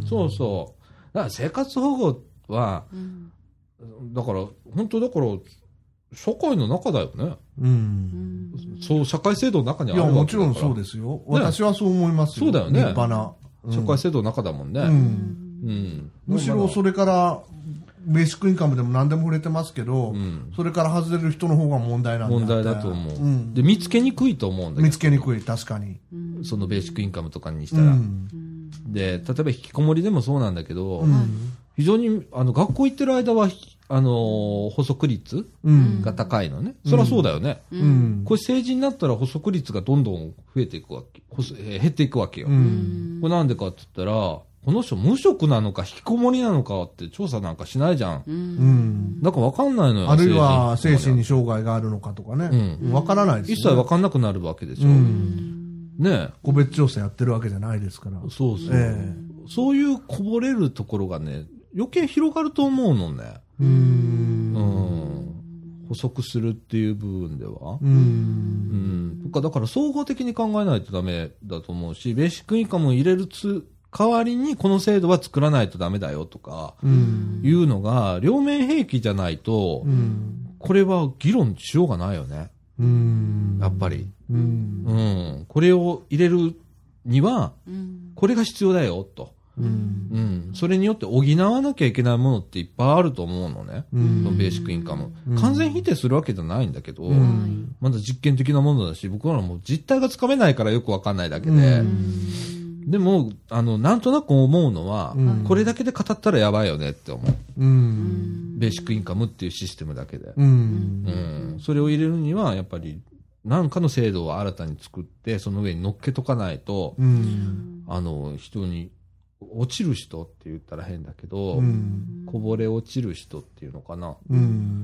そうそう。だから生活保護は、うん、だから本当だから。社会の中だよね。うん。そう、社会制度の中にあるわけだから。 いや、もちろんそうですよ。私はそう思いますよ。 そうだよね。 立派な。 社会制度の中だもんね。うん。 うん。むしろそれから、 ベーシックインカムでも何でも触れてますけど、うん、それから外れる人の方が問題なんだ問題だと思う、うん、で見つけにくいと思うんだけど見つけにくい確かにそのベーシックインカムとかにしたら、うん、で例えば引きこもりでもそうなんだけど、うん、非常にあの学校行ってる間はあのー、補足率が高いのね、うん、そりゃそうだよね、うん、これ成人になったら補足率がどんどん増えていくわけ、えー、減っていくわけよ、うん、これなんでかって言ったらこの人無職なのか引きこもりなのかって調査なんかしないじゃん、うん、だから分かんないのよ。 あるいは精神に障害があるのかとかね、うん、分からないですよね。 一切分かんなくなるわけでしょ、うん、ね、 個別調査やってるわけじゃないですから。 そうそう、えー、そういうこぼれるところがね余計広がると思うのね。うーん、うん、補足するっていう部分では、うん、うん、とかだから総合的に考えないとダメだと思うし、ベーシックインカムを入れるつ代わりにこの制度は作らないとダメだよとかいうのが両面兵器じゃないと、うん、これは議論しようがないよね、うん、やっぱり、うんうん、これを入れるにはこれが必要だよと、うんうん、それによって補わなきゃいけないものっていっぱいあると思うのね、うん、そのベーシックインカム、うん、完全否定するわけじゃないんだけど、うん、まだ実験的なものだし僕らも実態がつかめないからよくわかんないだけで、うんでもあのなんとなく思うのは、うん、これだけで語ったらやばいよねって思う、うん、ベーシックインカムっていうシステムだけで、うんうん、それを入れるにはやっぱり何かの制度を新たに作ってその上に乗っけとかないと、うん、あの人に落ちる人って言ったら変だけど、うん、こぼれ落ちる人っていうのかな、うん、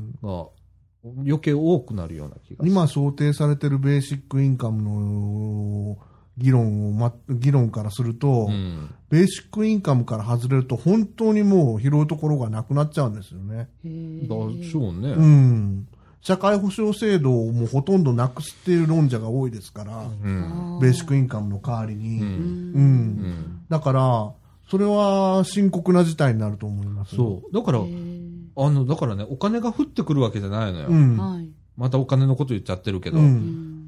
が余計多くなるような気がする。 今想定されてるベーシックインカムの議論を、ま、議論からすると、うん、ベーシックインカムから外れると本当にもう拾うところがなくなっちゃうんですよね。 だしょうね。 うん。社会保障制度をもうほとんどなくすっていう論者が多いですから、うん、ベーシックインカムの代わりに、うんうんうん、だからそれは深刻な事態になると思います。 そうだからあのだからねお金が降ってくるわけじゃないのよ、うん、またお金のこと言っちゃってるけど、うん、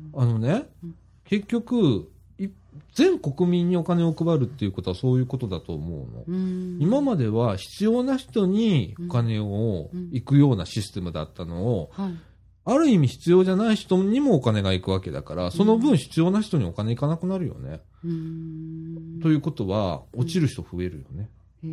あのね結局全国民にお金を配るっていうことはそういうことだと思うの。うん今までは必要な人にお金を行くようなシステムだったのを、うんうんはい、ある意味必要じゃない人にもお金が行くわけだからその分必要な人にお金行かなくなるよね、うん、ということは落ちる人増えるよね、うん、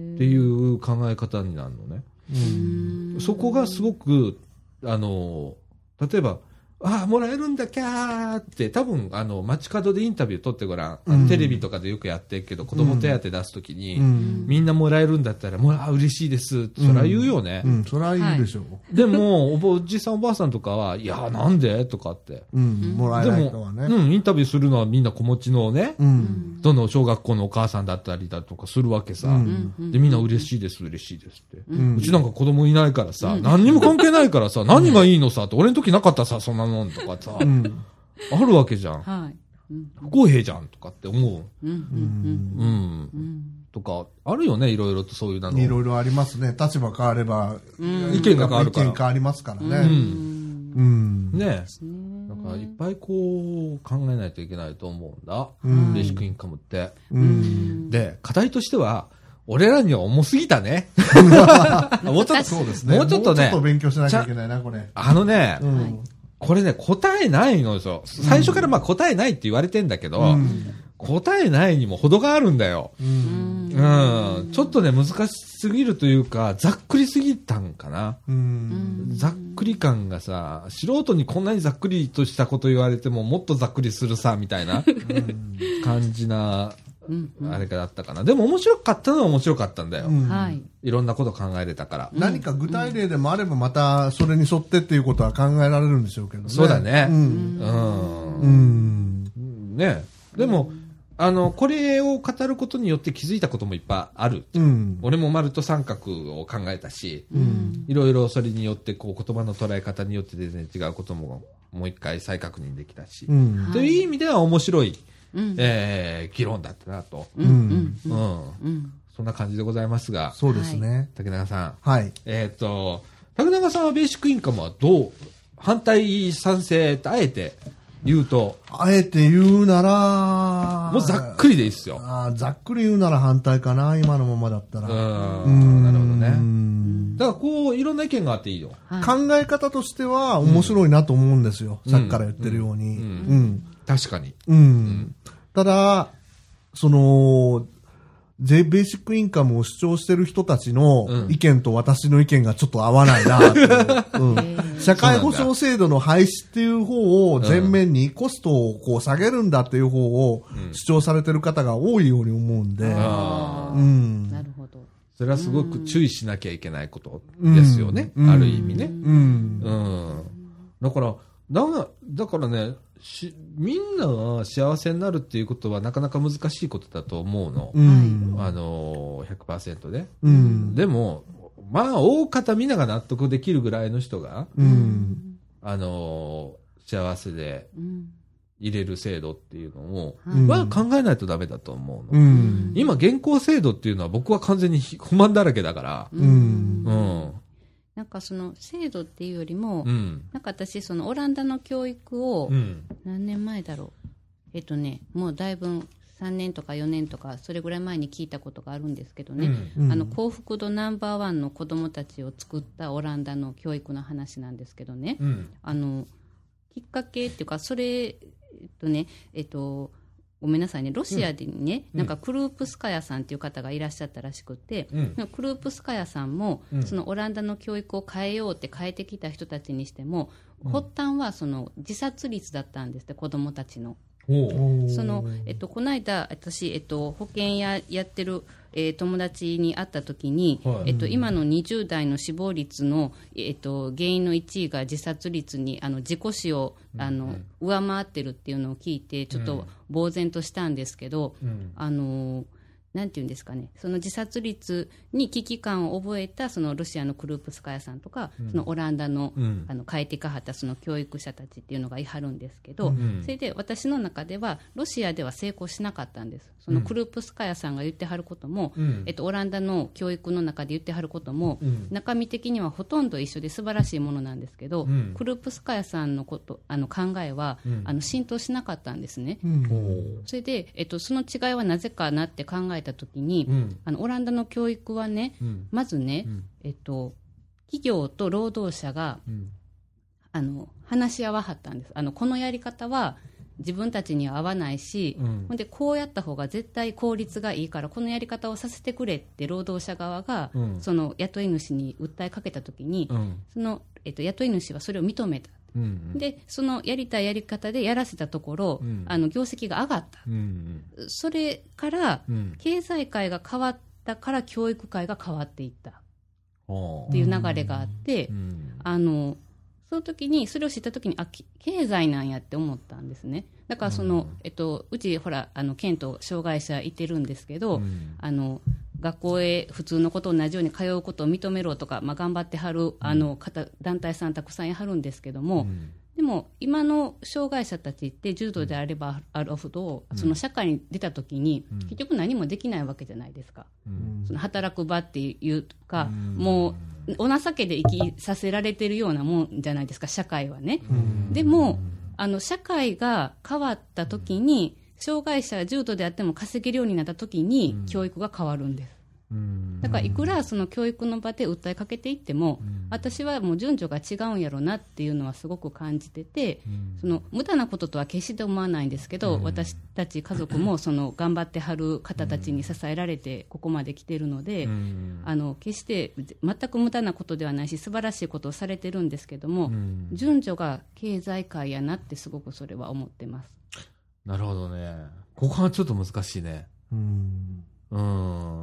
っていう考え方になるのね、うん、そこがすごくあの例えばああもらえるんだキャーって多分あの街角でインタビュー撮ってごらん、うん、テレビとかでよくやってるけど子供手当出すときに、うん、みんなもらえるんだったらもらあ嬉しいですってそりゃ言うよね、 うんうん、そりゃ言うでしょう、はい、 でもおじさんおばあさんとかはいやなんでとかって、 うん、もらえない人はねでも、うん、インタビューするのはみんな子持ちのね、うん、どの小学校のお母さんだったりだとかするわけさ、うん、でみんな嬉しいです嬉しいですって、うん、うちなんか子供いないからさ、うん、何にも関係ないからさ何がいいのさって俺の時なかったさそんなのとかさうん、あるわけじゃん、はいうん、不公平じゃんとかって思う、うんうんうんうん、とかあるよねいろいろとそういうのいろいろありますね立場変われば、 うん、意見が変わるから意見変わりますからね、うんうん、ねだからいっぱいこう考えないといけないと思うんだ、うん、ベーシックインカムって、うん、で課題としては俺らには重すぎたねもうちょっとそうですねもうちょっとねもうちょっと勉強しなきゃいけないなこれあのね、うんこれね、答えないのですよ。最初からまあ答えないって言われてんだけど、うん、答えないにも程があるんだよ、うんうん。ちょっとね、難しすぎるというか、ざっくりすぎたんかな。うん、ざっくり感がさ、素人にこんなにざっくりとしたこと言われても、もっとざっくりするさ、みたいな感じな、あれがだったかな。でも面白かったのは面白かったんだよ。うん、いろんなこと考えれたから。 何か具体例でもあればまたそれに沿ってっていうことは考えられるんでしょうけどね。 そうだね。うん。うん。うん、ね。でも、あの、これを語ることによって気づいたこともいっぱいある。うん、俺も丸と三角を考えたし、うん、いろいろそれによってこう言葉の捉え方によって全然違うことももう一回再確認できたし、うん、という意味では面白い。うんえー、議論だったなと、うんうんうんうん、そんな感じでございますがそうですね竹永さん、 はい、 えっと竹永さんはベーシックインカムはどう反対賛成ってあえて言うと。 あえて言うなら、 もうざっくりでいいっすよ。 あざっくり言うなら反対かな、今のままだったら。 うん。なるほどね。だからこう、いろんな意見があっていいよ。 はい、考え方としては面白いなと思うんですよ。うん、さっきから言ってるように。うん。うんうん、 確かに。 うん。うん、ただ、その、ベーシックインカムを主張してる人たちの意見と私の意見がちょっと合わないなと、うん、社会保障制度の廃止っていう方を前面にコストをこう下げるんだっていう方を主張されてる方が多いように思うんで、うん、 なるほど。 それはすごく注意しなきゃいけないことですよね、うん、ある意味ね、うんうん、だからだからだからねしみんなが幸せになるっていうことはなかなか難しいことだと思うの、うん、あの ひゃくパーセント で、うん、でもまあ大方みんなが納得できるぐらいの人が、うん、あの幸せで入れる制度っていうのを、うん、は考えないとダメだと思うの、うん、今現行制度っていうのは僕は完全に不満だらけだから、うんうんなんかその制度っていうよりも、うん、なんか私そのオランダの教育を何年前だろう、えっとねもうだいぶさんねんとかよねんとかそれぐらい前に聞いたことがあるんですけどね、うん、あの幸福度ナンバーワンの子どもたちを作ったオランダの教育の話なんですけどね、うん、あのきっかけっていうかそれえっとねえっとごめんなさいね、ロシアでね、うん、なんかクループスカヤさんっていう方がいらっしゃったらしくて、うん、クループスカヤさんも、うん、そのオランダの教育を変えようって変えてきた人たちにしても、うん、発端はその自殺率だったんですって、子どもたちの。そのえっと、この間私、えっと、保険屋やってる、えー、友達に会った時に、はいえっと、今のにじゅう代の死亡率の、えっと、原因のいちいが自殺率にあの自己死をあの、うん、上回ってるっていうのを聞いてちょっと呆然としたんですけど、うん、あのなんていうんですかね、その自殺率に危機感を覚えたそのロシアのクループスカヤさんとか、うん、そのオランダ の,、うん、あの変えてかはったその教育者たちっていうのがいはるんですけど、うん、それで私の中ではロシアでは成功しなかったんです。そのクループスカヤさんが言ってはることも、うんえっと、オランダの教育の中で言ってはることも、うん、中身的にはほとんど一緒で素晴らしいものなんですけど、うん、クループスカヤさんのことあの考えは、うん、あの浸透しなかったんですね、うん、それで、えっと、その違いはなぜかなって考えたときに、うん、あのオランダの教育はね、うん、まずね、うんえっと、企業と労働者が、うん、あの話し合わはったんです。あのこのやり方は自分たちには合わないし、うん、ほんでこうやった方が絶対効率がいいからこのやり方をさせてくれって労働者側が、うん、その雇い主に訴えかけたときに、うん、その、えっと、雇い主はそれを認めた、うんうん、でそのやりたいやり方でやらせたところ、うん、あの業績が上がった、うんうん、それから、うん、経済界が変わったから教育界が変わっていったっていう流れがあって、うんうん、あのその時にそれを知った時にあ経済なんやって思ったんですね。だからその、うんえっと、うちほらあの県と障害者いてるんですけど、うん、あの学校へ普通のことと同じように通うことを認めろとか、まあ、頑張ってはるあの方団体さんたくさんいはるんですけども、うんでも今の障害者たちって重度であればあるほど、うん、その社会に出た時に、うん、結局何もできないわけじゃないですか、うん、その働く場っていうか、うん、もうお情けで生きさせられてるようなもんじゃないですか社会はね、うん、でもあの社会が変わった時に障害者が重度であっても稼げるようになった時に、うん、教育が変わるんです。だからいくらその教育の場で訴えかけていっても、うん、私はもう順序が違うんやろなっていうのはすごく感じてて、うん、その無駄なこととは決して思わないんですけど、うん、私たち家族もその頑張ってはる方たちに支えられてここまで来てるので、うん、あの決して全く無駄なことではないし素晴らしいことをされてるんですけども、うん、順序が経済界やなってすごくそれは思ってます。 なるほどね。ここはちょっと難しいね。うんうん、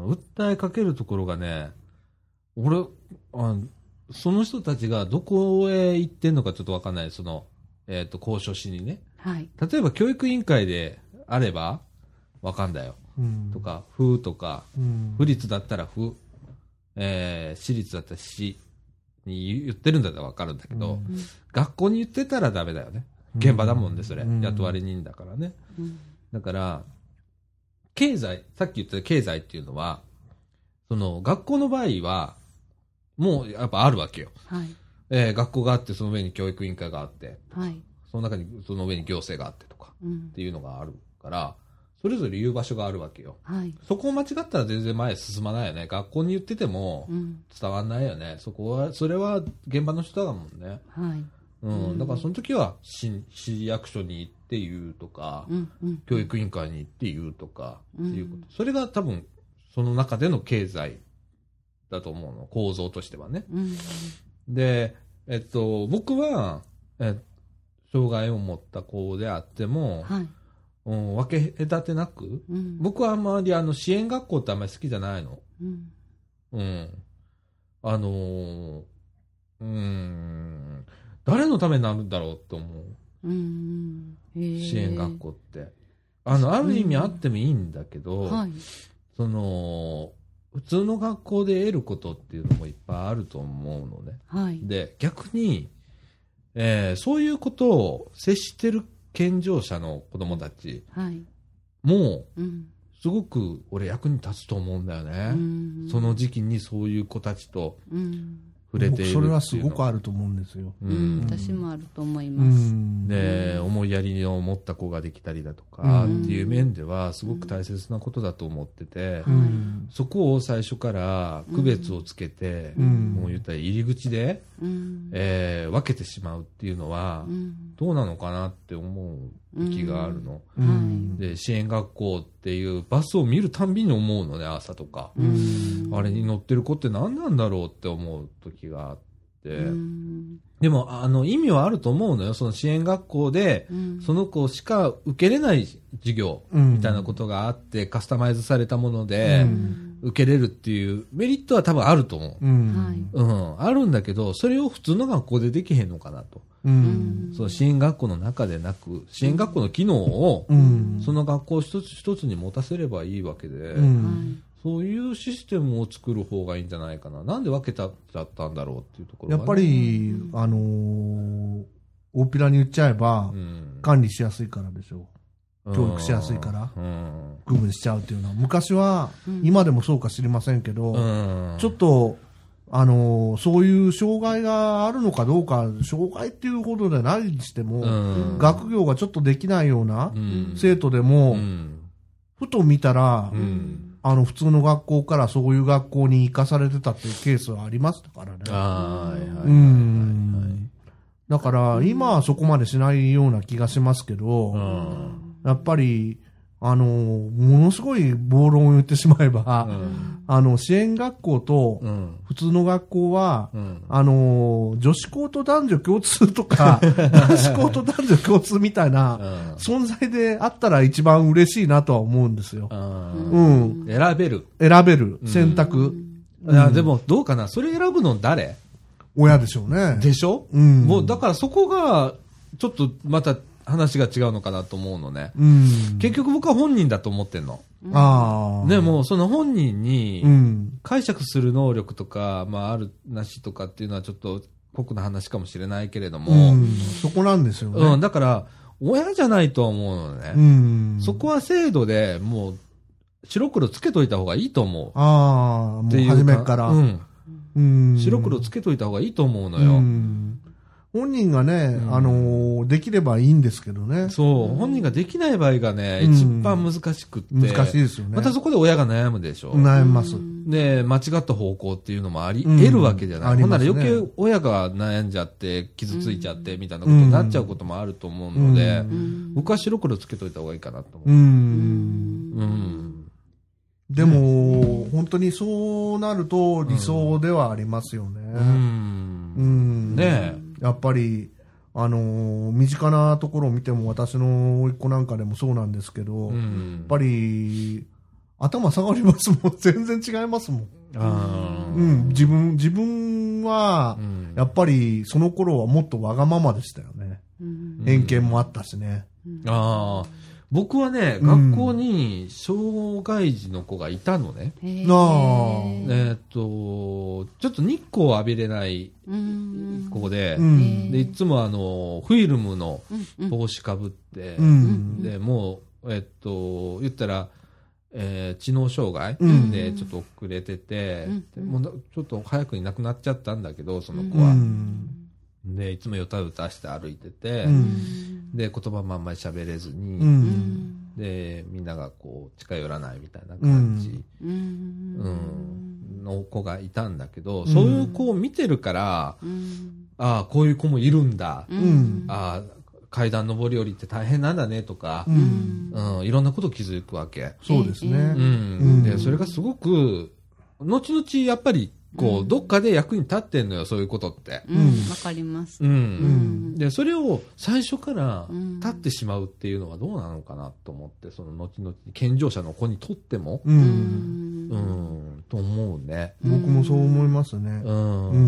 訴えかけるところがね、俺あその人たちがどこへ行ってんのかちょっと分かんない。その、えーと、交渉しにね、はい、例えば教育委員会であれば分かんだよ、うん、とか府とか、うん、府立だったら府、えー、私立だったら市に言ってるんだったら分かるんだけど、うん、学校に言ってたらダメだよね。現場だもんでそれ、うん、雇われ人だからね、うん、だから経済、さっき言った経済っていうのは、その学校の場合は、もうやっぱあるわけよ。はい。えー、学校があって、その上に教育委員会があって、はい。 その中に、その上に行政があってとか、っていうのがあるから、それぞれ言う場所があるわけよ。はい、そこを間違ったら全然前へ進まないよね。学校に言ってても伝わんないよね。うん、そこは、それは現場の人だもんね。はい。うん。だからその時は市、市役所に行って言うとか、うんうん、教育委員会に行って言うとか、っていうこと。うん、それが多分、その中での経済だと思うの。構造としてはね。うん、で、えっと、僕は、え、障害を持った子であっても、はいうん、分け隔てなく、うん、僕はあんまりあの支援学校ってあんまり好きじゃないの。うん。うん、あのー、うーん、誰のためになるんだろうって思う。うん、支援学校って。あの、ある意味あってもいいんだけど、はい、その、普通の学校で得ることっていうのもいっぱいあると思うのね。はい、で、逆に、えー、そういうことを接してる健常者の子供たち、はい、もう、うん、すごく俺役に立つと思うんだよね。うん、その時期にそういう子たちと触れているっていうの。 それはすごくあると思うんですよ。 うん、私もあると思います。 で、思いやりを持った子ができたりだとかっていう面ではすごく大切なことだと思ってて、うん、そこを最初から区別をつけて、うん、もう言ったら入り口で、うんえー、分けてしまうっていうのはどうなのかなって思う時があるの。うん、で、支援学校っていうバスを見るたんびに思うのね、朝とか。うん、あれに乗ってる子って何なんだろうって思う時があって。うんでも、あの、意味はあると思うのよ。その支援学校で、うん、その子しか受けれない授業みたいなことがあって、うん、カスタマイズされたもので、うん、受けれるっていうメリットは多分あると思う。うん。うん、あるんだけど、それを普通の学校でできへんのかなと。うん、その支援学校の中でなく、支援学校の機能を、うん、その学校一つ一つに持たせればいいわけで、うんそういうシステムを作る方がいいんじゃないかな。なんで分けちゃったんだろうっていうところが、ね、 やっぱり、うん、あのー、大っぴらに言っちゃえば、うん、管理しやすいからでしょう。教育しやすいから、うん、区分しちゃうっていうのは。昔は、うん、今でもそうか知りませんけど、うん、ちょっと、あのー、そういう障害があるのかどうか、障害っていうほどでないにしても、うん、学業がちょっとできないような生徒でも、うん、ふと見たら、うんあの普通の学校からそういう学校に行かされてたっていうケースはありましたからね。はいはいはい、うん。だから今はそこまでしないような気がしますけど、うん、やっぱりあのものすごい暴論を言ってしまえば、うん、あの支援学校と普通の学校は、うん、あの女子校と男女共通とか男子校と男女共通みたいな存在であったら一番嬉しいなとは思うんですよ。 うん、選べる選べる選択。 うん、いやでもどうかなそれ選ぶの誰？ 親でしょうね。 でしょ？うん、もうだからそこがちょっとまた話が違うのかなと思うのね。うん、結局僕は本人だと思ってんの。あでもその本人に解釈する能力とか、まあ、あるなしとかっていうのはちょっと酷な話かもしれないけれども、うん、 そこなんですよね。 うん、だから親じゃないとは思うのね。うん、そこは制度でもう白黒つけといた方がいいと思う。 ああ、もう初めから、 うんうん、白黒つけといた方がいいと思うのよ。うん本人がね、うん、あのー、できればいいんですけどね。 そう、本人ができない場合がね、うん、一番難しくって。 難しいですよね。 またそこで親が悩むでしょ。 悩みます。 で、間違った方向っていうのもあり、得るわけじゃない。うん、ほんなら余計親が悩んじゃって、傷ついちゃって、みたいなことになっちゃうこともあると思うので、うん、僕は白黒つけといた方がいいかなと思う。うん。 うんでも、本当にそうなると理想ではありますよね。うん。うん、ねえ。やっぱり、あのー、身近なところを見ても私の甥っ子なんかでもそうなんですけど、うん、やっぱり頭下がりますもん。全然違いますもん。あうん、自分、自分は、やっぱりその頃はもっとわがままでしたよね。うん、偏見もあったしね。 うん、ああ。僕はね、うん、学校に障害児の子がいたのね。えー、っと、ちょっと日光を浴びれない子で、うん、でいつもあの、フィルムの帽子かぶって、うん、で、もう、えっと、言ったら、えー、知能障害でちょっと遅れてて、うん、もうちょっと早くに亡くなっちゃったんだけど、その子は。うんでいつもよたよたして歩いてて、うん、で言葉もあんまり喋れずに、うん、でみんながこう近寄らないみたいな感じ、うんうん、の子がいたんだけど、うん、そういう子を見てるから、うん、ああこういう子もいるんだ、うん、ああ階段上り下りって大変なんだねとか、うんうん、いろんなこと気づくわけ。 そうですね、うんうん、でそれがすごく後々やっぱりこう、うん、どっかで役に立ってんのよそういうことって。 うん、わかります、うんうん、 でそれを最初から立ってしまうっていうのはどうなのかなと思って、その後々健常者の子にとっても、うんうんうん、と思うね。 僕もそう思いますね、うんうん、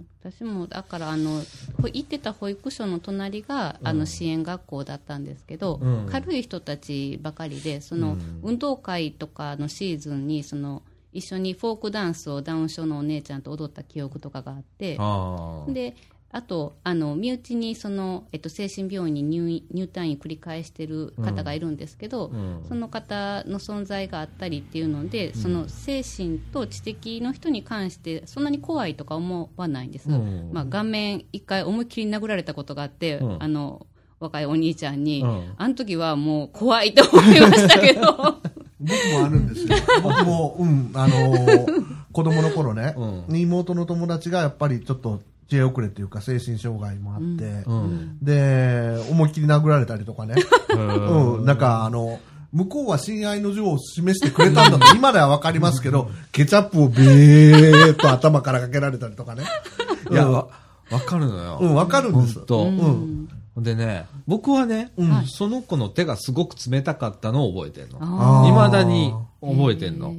私もだからあの行ってた保育所の隣があの支援学校だったんですけど、うん、軽い人たちばかりで、その運動会とかのシーズンにその一緒にフォークダンスをダウン症のお姉ちゃんと踊った記憶とかがあって、あであとあの身内にその、えっと、精神病院に 入, 入退院繰り返してる方がいるんですけど、うん、その方の存在があったりっていうので、うん、その精神と知的の人に関してそんなに怖いとか思わないんです、うんまあ、顔面一回思いっきり殴られたことがあって、うん、あの若いお兄ちゃんに、うん、あの時はもう怖いと思いましたけど僕もあるんですよ。僕も、うん、あのー、子供の頃ね、うん、妹の友達がやっぱりちょっと知恵遅れというか精神障害もあって、うん、で、思いっきり殴られたりとかね、うん、なんかあの、向こうは親愛の情を示してくれたんだと今ではわかりますけど、ケチャップをベーっと頭からかけられたりとかね。 いや、わ、わかるのよ。 うん、わかるんです。 と、うんでね、僕はね、うん、その子の手がすごく冷たかったのを覚えてんの。未だに覚えてんの。うん、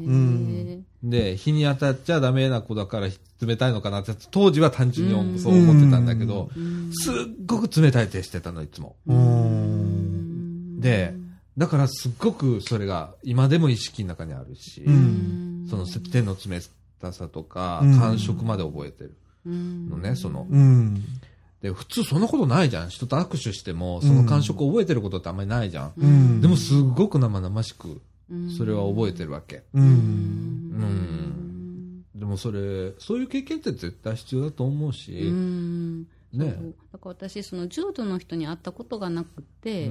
で、日に当たっちゃダメな子だから冷たいのかなって、当時は単純にそう思ってたんだけど、すっごく冷たい手してたの、いつも。で、だからすっごくそれが今でも意識の中にあるし、その手の冷たさとか、感触まで覚えてるのね、その。で普通そんなことないじゃん。人と握手してもその感触を覚えてることってあんまりないじゃん、うん、でもすごく生々しくそれは覚えてるわけ、うんうん、でもそれそういう経験って絶対必要だと思うし、うんね、 だから私その重度の人に会ったことがなくて、うん、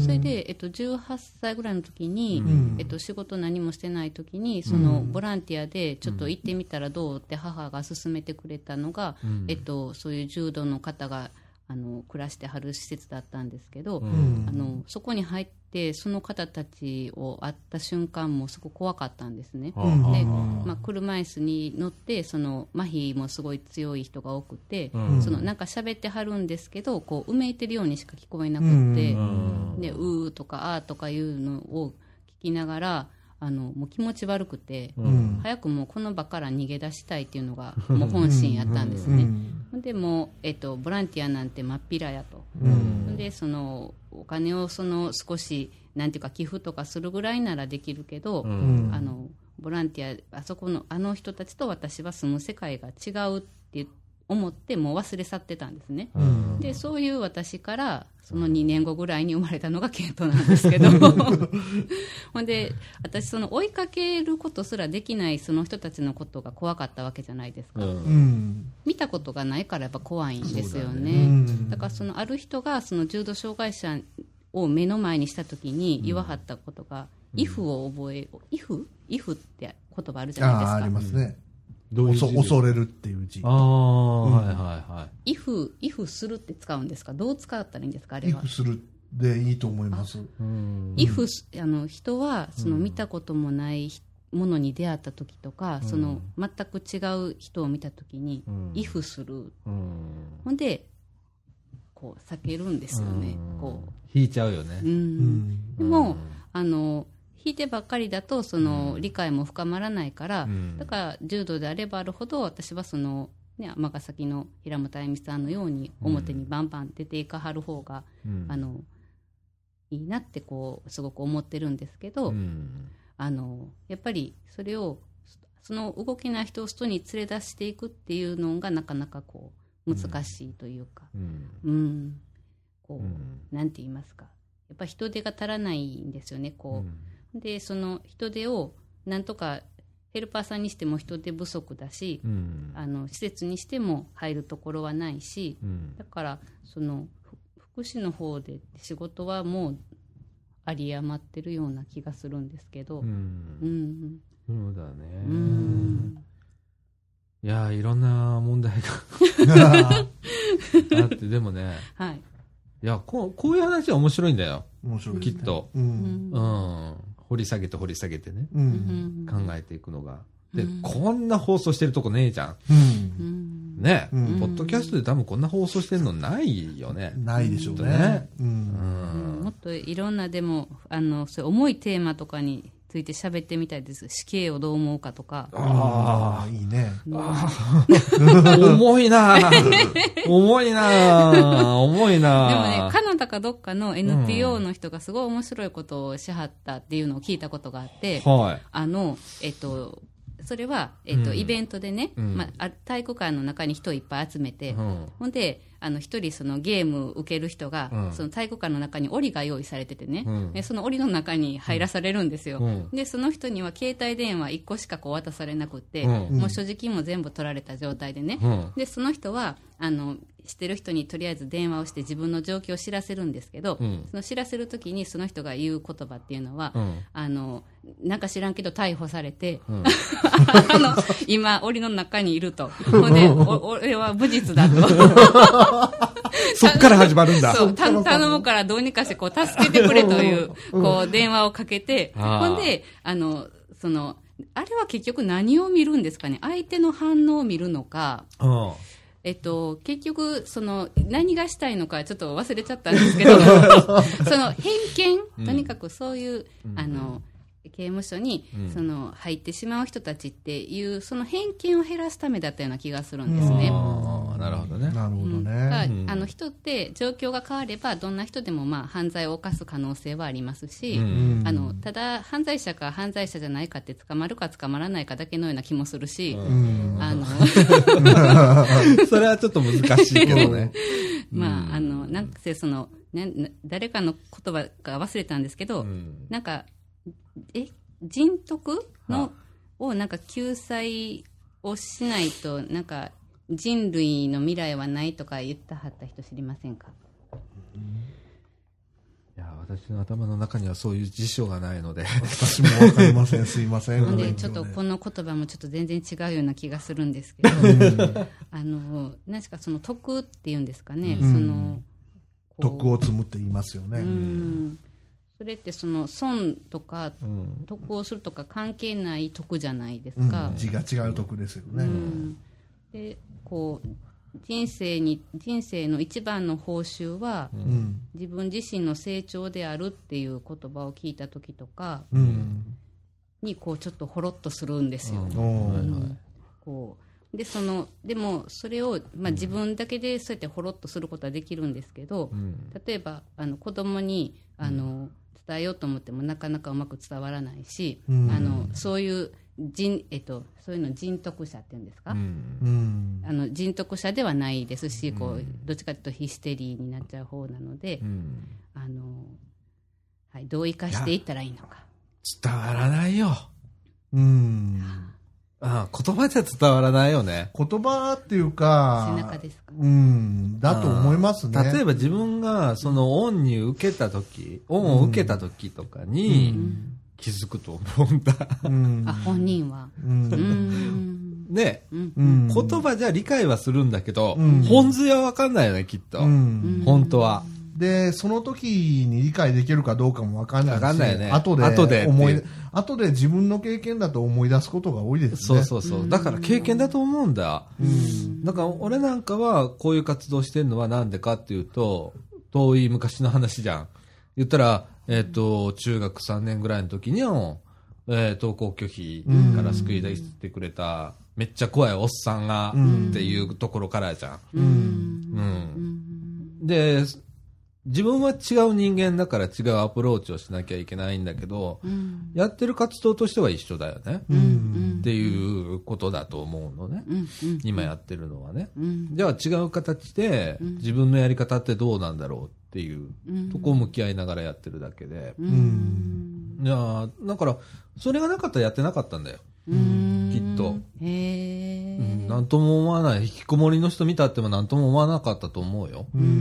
それで、えっと、じゅうはっさいぐらいの時に、うんえっと、仕事何もしてない時にそのボランティアでちょっと行ってみたらどうって母が勧めてくれたのが、うんえっと、そういう重度の方があの暮らしてはる施設だったんですけど、うん、あのそこに入ってその方たちを会った瞬間もすごく怖かったんですね、うん、でまあ、車椅子に乗ってその麻痺もすごい強い人が多くて、うん、そのなんか喋ってはるんですけどこううめいてるようにしか聞こえなくて、うん、でうーとかあーとかいうのを聞きながらあのもう気持ち悪くて、うん、早くもうこの場から逃げ出したいっていうのがもう本心やったんですね、うん、でも、えっと、ボランティアなんて真っ平やと、うん、でそのお金をその少しなんていうか寄付とかするぐらいならできるけど、うん、あのボランティアあそこのあの人たちと私は住む世界が違うって思ってもう忘れ去ってたんですね、うん、でそういう私からそのにねんごぐらいに生まれたのがケントなんですけどほんで私その追いかけることすらできないその人たちのことが怖かったわけじゃないですか、うん、見たことがないからやっぱ怖いんですよね、だね、うん、だからそのある人がその重度障害者を目の前にした時に言わはったことが、うん、イフを覚えイフイフって言葉あるじゃないですか。 あ, ありますね、どういう字恐れるっていう字。 ああ、うん、はいはいはい。 イフ、イフするって使うんですか？どう使ったらいいんですか？あれは。 イフするでいいと思います。 イフ、あの人はその見たこともないものに出会った時とか、うん、その全く違う人を見た時に、うん、イフする、うん、ほんでこう避けるんですよね、うん、こう引いちゃうよね、うん、 でも、うん、あの引いてばっかりだとその理解も深まらないから、うん、だから重度であればあるほど私はその、ね、尼崎の平本あゆみさんのように表にバンバン出ていかはる方が、うん、あのいいなってこうすごく思ってるんですけど、うん、あのやっぱりそれをその動けない人を外に連れ出していくっていうのがなかなかこう難しいというか、うんうん、こう、うん、なんて言いますか、やっぱ人手が足らないんですよねこう、うんでその人手をなんとかヘルパーさんにしても人手不足だし、うん、あの施設にしても入るところはないし、うん、だからその福祉の方で仕事はもう有り余ってるような気がするんですけど、うんうん、そうだね、うん、いやいろんな問題があってでもね、はい、いやこう、こういう話は面白いんだよ。面白い、ね、きっと、うんうん、掘り下げて掘り下げてね、うん、考えていくのが。で、うん、こんな放送してるとこねえじゃん。うん、ね、うん、ポッドキャストで多分こんな放送してるのないよね。 ないでしょうね。 うんうん、もっといろんなでもあのそういう重いテーマとかについて喋ってみたいです。死刑をどう思うかとか。 ああ、いいね。 重いな重いな重いなでもね、カナダかどっかの エヌピーオー の人がすごい面白いことをしはったっていうのを聞いたことがあって、うん、はい、あの、えっと、それは、えっと、うん、イベントでね、うん、まあ、体育館の中に人をいっぱい集めて、うん、ほんで、あの、一人そのゲーム受ける人が、うん、その体育館の中に檻が用意されててね、うん、でその檻の中に入らされるんですよ。うん、で、その人には携帯電話いっこしかこう渡されなくって、うん、もう所持金も全部取られた状態でね、うん、で、その人は、あの、知ってる人にとりあえず電話をして自分の状況を知らせるんですけど、うん、その知らせるときにその人が言う言葉っていうのは、うん、あのなんか知らんけど逮捕されて、うん、あの今檻の中にいると、ほんで俺は無実だとそっから始まるんだ。 そう頼むからどうにかしてこう助けてくれというこう電話をかけて、ほんであのそのあれは結局何を見るんですかね。相手の反応を見るのか。うんえっと、結局その何がしたいのかちょっと忘れちゃったんですけどその偏見、うん、とにかくそういう、うん、あの刑務所に、うん、その入ってしまう人たちっていうその偏見を減らすためだったような気がするんですね。 あなるほどね。 なるほどね。 うん、あの人って状況が変わればどんな人でもまあ犯罪を犯す可能性はありますし、うん、あのただ犯罪者か犯罪者じゃないかって捕まるか捕まらないかだけのような気もするし、うん、あのそれはちょっと難しいけどね。 まああのなんかその、ね、誰かの言葉が忘れたんですけど、うん、なんかえ人徳のをなんか救済をしないとなんか人類の未来はないとか言ったはった人知りませんか？ いや私の頭の中にはそういう辞書がないので私もわかりません。すいません。 でちょっとこの言葉もちょっと全然違うような気がするんですけどあの何しかその徳っていうんですかね、うん、その徳を積むって言いますよね。 うんそれってその損とか得をするとか関係ない得じゃないですか、 うん、字が違う得ですよね、うん、 でこう人生に人生の一番の報酬は、うん、自分自身の成長であるっていう言葉を聞いた時とか、うん、にこうちょっとほろっとするんですよ、うんはいはい、こうでそのでもそれを、まあ、自分だけでそうやってほろっとすることはできるんですけど、うん、例えばあの子供にあの伝えようと思ってもなかなかうまく伝わらないし、うん、あのそういう人、えっと、そういうの人徳者っていうんですか、うん、あの人徳者ではないですし、うん、こうどっちかというとヒステリーになっちゃう方なので、うん、あのはい、どう生かしていったらいいのか伝わらないよ、うんああ言葉じゃ伝わらないよね。 言葉っていうか背中ですか、 うん、だと思いますね。 例えば自分がその恩に受けた時、恩を受けた時とかに気づくと思うんだ、 うん、あ本人は、うん、 ね、うん、言葉じゃ理解はするんだけど、うん、本髄は分かんないよねきっと、うん、本当は。 でその時に理解できるかどうかも分かんないし、分かんないよね。後で後で思い後で自分の経験だと思い出すことが多いですね。 そうそうそう。だから経験だと思うんだ。うん。だから俺なんかはこういう活動してるのはなんでかっていうと、遠い昔の話じゃん。言ったらえっと中学さんねんぐらいの時には、えー、登校拒否から救い出してくれためっちゃ怖いおっさんがっていうところからじゃん。うん。うん。で。自分は違う人間だから違うアプローチをしなきゃいけないんだけど、うん、やってる活動としては一緒だよね、うん、っていうことだと思うのね、うん、今やってるのはね、うん、じゃあ違う形で自分のやり方ってどうなんだろうっていうとこを向き合いながらやってるだけで、うんいやだから、それがなかったらやってなかったんだよ。きっと。へー。うん、なんとも思わない。引きこもりの人見たってもなんとも思わなかったと思うよ。うん。うん。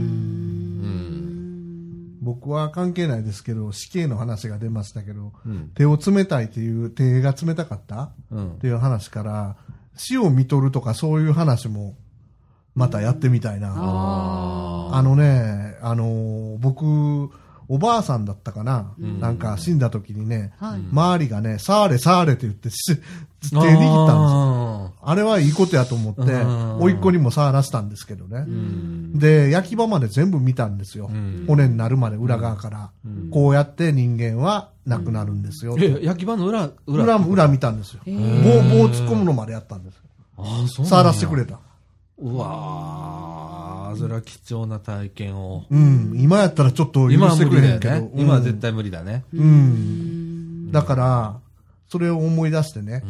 僕は関係ないですけど、死刑の話が出ましたけど、うん、手を冷たいっていう、手が冷たかった、うん、っていう話から、死を見とるとかそういう話も、またやってみたいな。あ, あのね、あのー、僕、おばあさんだったかな、うん、なんか死んだ時にね、はい、周りがね、さーれさーれって言って手握ったんですよ。あれはいいことやと思って、甥っ子にも触らせたんですけどね。で、焼き場まで全部見たんですよ。骨になるまで裏側から。こうやって人間は亡くなるんですよ。 え、焼き場の裏、 裏裏、裏見たんですよ。棒、棒突っ込むのまでやったんですよ。ああ、そう触らせてくれた。 うわー、それは貴重な体験を。 うん、今やったらちょっと許してくれへんけど。 今は無理だよね。今は絶対無理だね。 うん。だから、それを思い出してね、うん、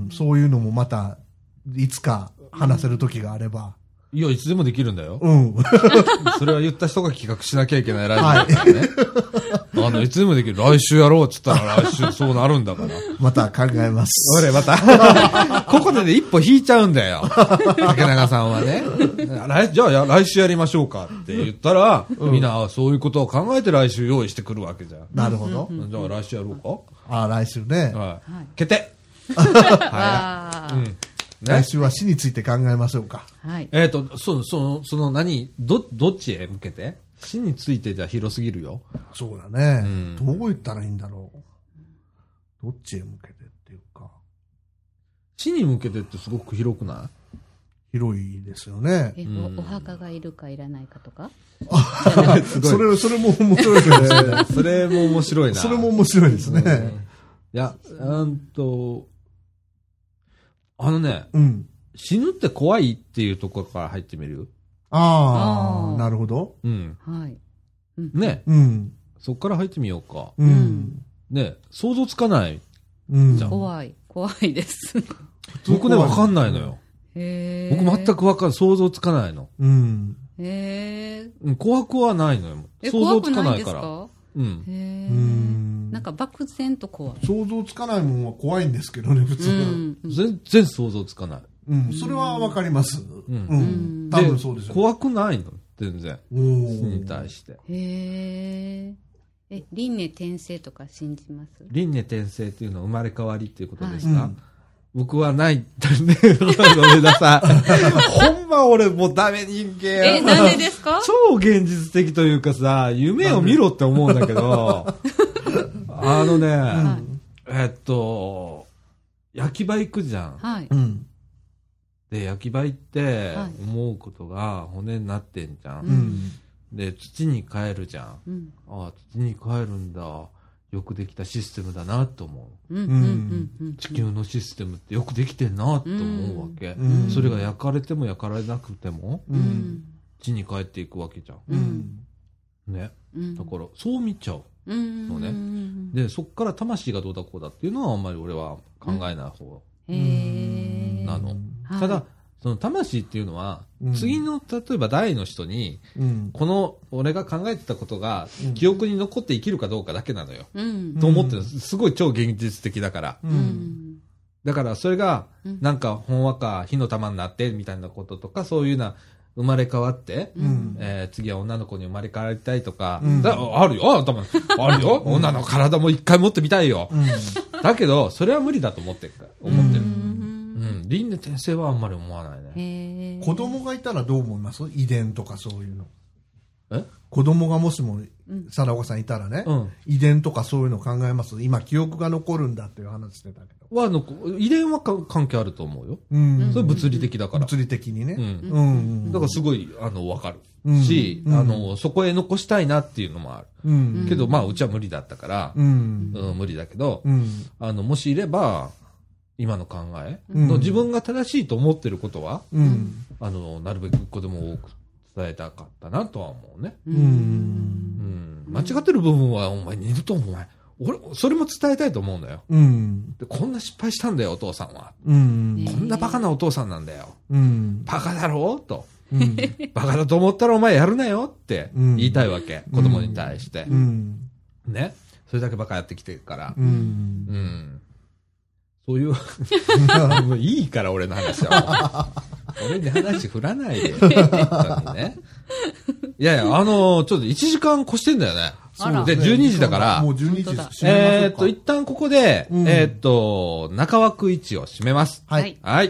そういうのもまた、いつか話せる時があれば。 いや、いつでもできるんだよ。 うん。 それは言った人が企画しなきゃいけないラジオだからね。はい、あの、いつでもできる。来週やろうって言ったら来週そうなるんだから。 また考えます。 俺、また。ここでね、一歩引いちゃうんだよ。竹永さんはね。来じゃあや、来週やりましょうかって言ったら、うん、みんなそういうことを考えて来週用意してくるわけじゃん。 なるほど。 じゃあ来週やろうか。 ああ、来週ね。 はい。決定。はい。うん。 来週は死について考えましょうか。 はい。 えっと、そ、その、その何、ど、どっちへ向けて死についてじゃ広すぎるよ。 そうだね。うん、どう言ったらいいんだろう。どっちへ向けてっていうか。 死に向けてってすごく広くない？ 広いですよね。 え、お、お墓がいるかいらないかとか？ あ、すごい。それ、それも面白いですね。 それも面白いな。 それも面白いですね。うん、 いや、うんと、あのね、うん、死ぬって怖いっていうところから入ってみるよ。 ああ、なるほど。 うん。 はい。 うん、ね、 うん。 そっから入ってみようか。 うん。 ね、想像つかない。 うん。じゃん。怖い。怖いです。 僕ね、わかんないのよ。 へ僕全くわかんない。想像つかないの。 うん。 へえ。怖くはないのよ。想像つかないから。うん。 へえ。なんか漠然と怖い。 想像つかないもんは怖いんですけどね、普通は。うん、 全然想像つかない。 うん。それはわかります。うん。うん。多分そうですよ。 怖くないの全然。死に対して。 へえ。え、輪廻転生とか信じます？ 輪廻転生っていうのは生まれ変わりっていうことですか？はい、僕はない。ごめんなさい。ほんま俺もうダメ人間や。 え、なんでですか？ 超現実的というかさ、夢を見ろって思うんだけど、あのね、はい、えっと、焼き場行くじゃん。 はい。 で、焼き場行って思うことが骨になってんじゃん。 うん、 で、土に帰るじゃん。うん、ああ、土に帰るんだ。よくできたシステムだなと思う。地球のシステムってよくできてんなと思うわけ。うん、それが焼かれても焼かれなくても、うん、地に帰っていくわけじゃん。うん、ね、うん。だから、そう見ちゃうのね。うん、で、そっから魂がどうだこうだっていうのはあんまり俺は考えない方なの。ただ、その魂っていうのは、うん、次の、例えば代の人に、うん、この、俺が考えてたことが、記憶に残って生きるかどうかだけなのよ。うん、と思ってる。すごい超現実的だから。うん、だから、それが、なんか、ほんわか、火の玉になって、みたいなこととか、そういうな、生まれ変わって、うんえー、次は女の子に生まれ変わりたいとか、うん、だあるよ、頭あるよ、女の体も一回持ってみたいよ。うん、だけど、それは無理だと思ってる。思ってる。輪廻転生はあんまり思わないね。 子供がいたらどう思います？遺伝とかそういうの。 え？ 子供がもしも、サラオカさんいたらね、うん、遺伝とかそういうの考えます？今、記憶が残るんだっていう話してたけど。 はの遺伝はか関係あると思うよ。うん。それ物理的だから。 物理的にね。 うん。うん。だからすごい、あの、わかる。し、うん、あの、そこへ残したいなっていうのもある。うん。けど、まあ、うちは無理だったから、うん。うん、無理だけど、うん。あの、もしいれば、今の考えの、うん、自分が正しいと思ってることは、うん、あの、なるべく子供を多く伝えたかったなとは思うね。うん。うん。間違ってる部分は、お前似ると思う。お前。俺、それも伝えたいと思うんだよ。うん。で、こんな失敗したんだよ、お父さんは。うん。こんなバカなお父さんなんだよ。うん。バカだろうと。うん。バカだと思ったらお前やるなよって言いたいわけ。うん、子供に対して。うん。ね。 それだけバカやってきてるから。うん。うん。そういう、もういいから俺の話は。俺に話振らないで。ね、いやいや、あのー、ちょっといちじかん越してんだよね。そうで、じゅうにじだから。 もうじゅうにじえーっと、一旦ここで、うん、えーっと、中枠位置を締めます。 はい。 はい。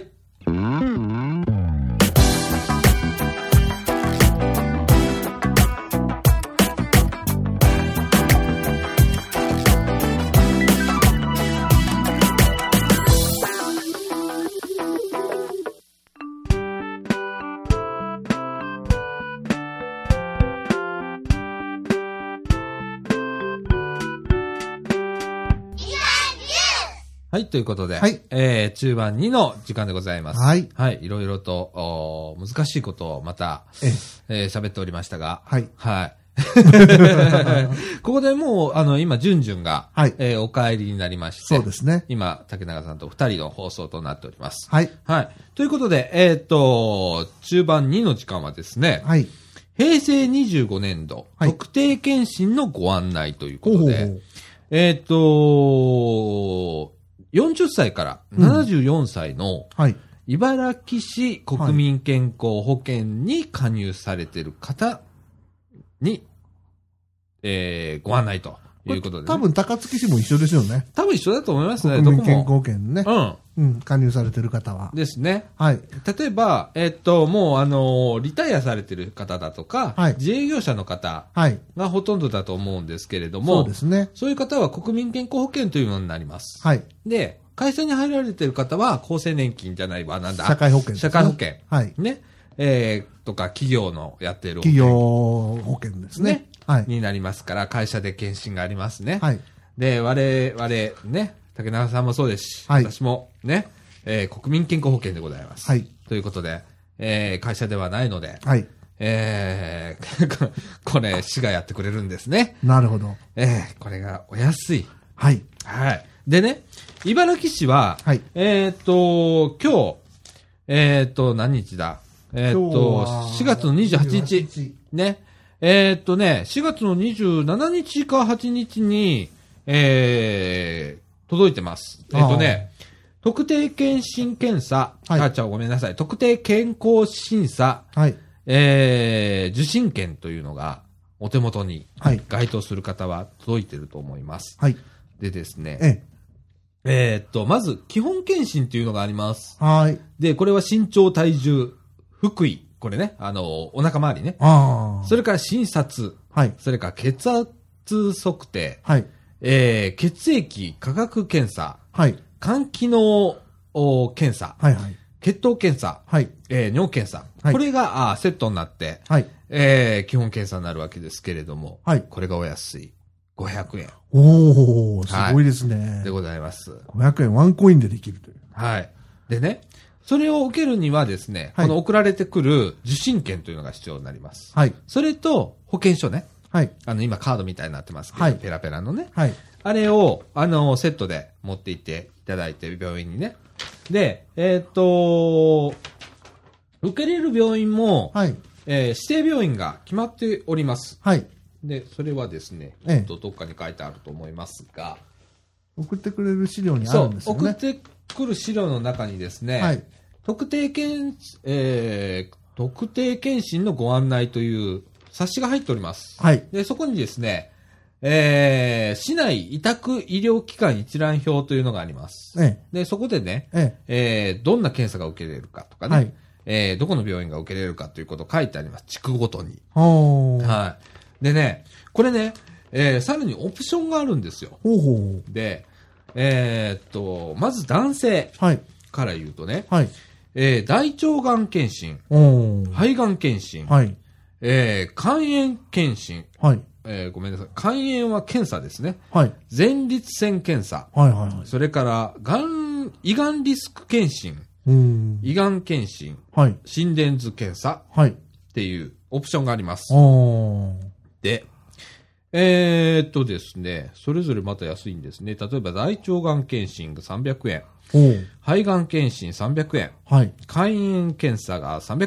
はい、ということで、はい、えー、中盤にの時間でございます。 はい。 はい、いろいろと、お難しいことをまた、えー、喋っておりましたが、 はい。 はい。ここでもう、あの、今、じゅんじゅんが、はい、えー、お帰りになりまして、 そうですね。 今、竹永さんと二人の放送となっております。 はい。 はい。ということで、えっと、中盤にの時間はですね、 はい。 へいせいにじゅうごねんど、はい、特定健診のご案内ということで、ほうほうほう、えっと、よんじゅっさいからななじゅうよんさいの茨城市国民健康保険に加入されている方に、えー、ご案内ということで、ね、 多分高槻市も一緒ですよね。 多分一緒だと思いますね。 国民健康保険ね。 うん。 うん。加入されている方は。 ですね。 はい。 例えば、えっと、もうあの、リタイアされている方だとか、はい、自営業者の方がほとんどだと思うんですけれども、 そうですね。 そういう方は国民健康保険というものになります。 はい。 で、会社に入られている方は厚生年金じゃないわ、なんだ。 社会保険、ね。 社会保険。 はい。 ね。えー、とか企業のやっている保険。企業保険ですね。ね。 はい。になりますから、会社で検診がありますね。 はい。 で、我々、ね、竹中さんもそうですし、はい、私もね、えー、国民健康保険でございます。 はい。 ということで、えー、会社ではないので、 はい。 えー、これ、市がやってくれるんですね。 なるほど。 えー、これがお安い。 はい。 はい。でね、茨城市は、はい。えー、っと、今日、えー、っと、何日だえー、っと、しがつのにじゅうはちにち。ね。えー、っとね、しがつのにじゅうしちにちかはちにちに、えー、届いてます。えー、っとね、特定健診検査、はい、あ、ちゃごめんなさい。特定健康審査、 はい、 えー、受診券というのがお手元に該当する方は届いていると思います。 はい。 でですね、 えええー、っと、まず基本検診というのがあります。 はい。 で、これは身長、体重、腹囲、これね、あの、お腹周りね。 ああ。 それから診察。 はい。 それから血圧測定。 はい。 えー、血液化学検査。 はい。 肝機能検査。 はいはい。 血糖検査。 はい。 えー、尿検査。 はい。 これが、あセットになって。 はい。 えー、基本検査になるわけですけれども。 はい。 これがお安い。ごひゃくえん。 おー、すごいですね。 はい、でございます。 ごひゃくえんワンコインでできるという。 はい。でね、それを受けるにはですね、はい、この送られてくる受診券というのが必要になります。 はい。 それと、保険証ね。 はい。 あの、今カードみたいになってますけど、 はい、 ペラペラのね。 はい。 あれを、あの、セットで持って行っていただいて、病院にね。で、えー、っと、受けれる病院も、 はい。 えー、指定病院が決まっております。 はい。 で、それはですね、 ええ、 とどっかに書いてあると思いますが、 送ってくれる資料にあるんですよね。 そう、送ってくる資料の中にですね、 はい、 特定健、えー、特定健診のご案内という冊子が入っております。 はい。 で、そこにですね、えー、市内委託医療機関一覧表というのがあります。 ええ、 で、そこでね、 えええー、どんな検査が受けれるかとかね、はい、えー、どこの病院が受けれるかということを書いてあります。地区ごとに。はい。でね、これね、えー、さらにオプションがあるんですよ。 ほうほう。 で、えー、っと、まず男性から言うとね、 はい、 えー、大腸がん検診、肺がん検診、 はい、 えー、肝炎検診、 はい、 えー、ごめんなさい、肝炎は検査ですね。 はい、 前立腺検査、 はいはいはい、 それから、がん、胃がんリスク検診、胃がん検診、 はい、 心電図検査、 はい、 っていうオプションがあります。 おで、えー、っとですね、それぞれまた安いんですね。例えば大腸がん検診がさんびゃくえん、肺がん検診さんびゃくえん、 はい、 肝炎検査がさんびゃくえん、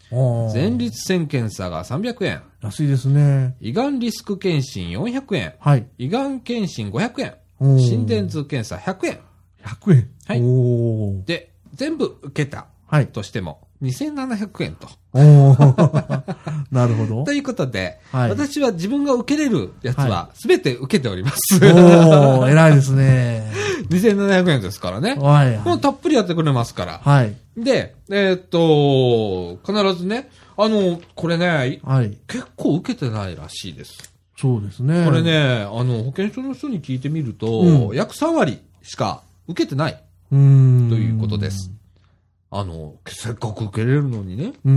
前立腺検査がさんびゃくえん。 安いですね。 胃がんリスク検診よんひゃくえん。 はい。 胃がん検診ごひゃくえん。心電図検査ひゃくえん。ひゃくえん。 はい。 おで、全部受けた。はい。としても、にせんななひゃくえんと。 おなるほど。 ということで、はい、私は自分が受けれるやつは、すべて受けております。 おー、偉いですね。 にせんななひゃくえんですからね。はい、はい。もうたっぷりやってくれますから。はい。で、えー、っと、必ずね、あの、これね、はい。結構受けてないらしいです。 そうですね。 これね、あの、保健所の人に聞いてみると、うん、約さんわりしか受けてない。うーん。ということです。あの、せっかく受けれるのにね。うん。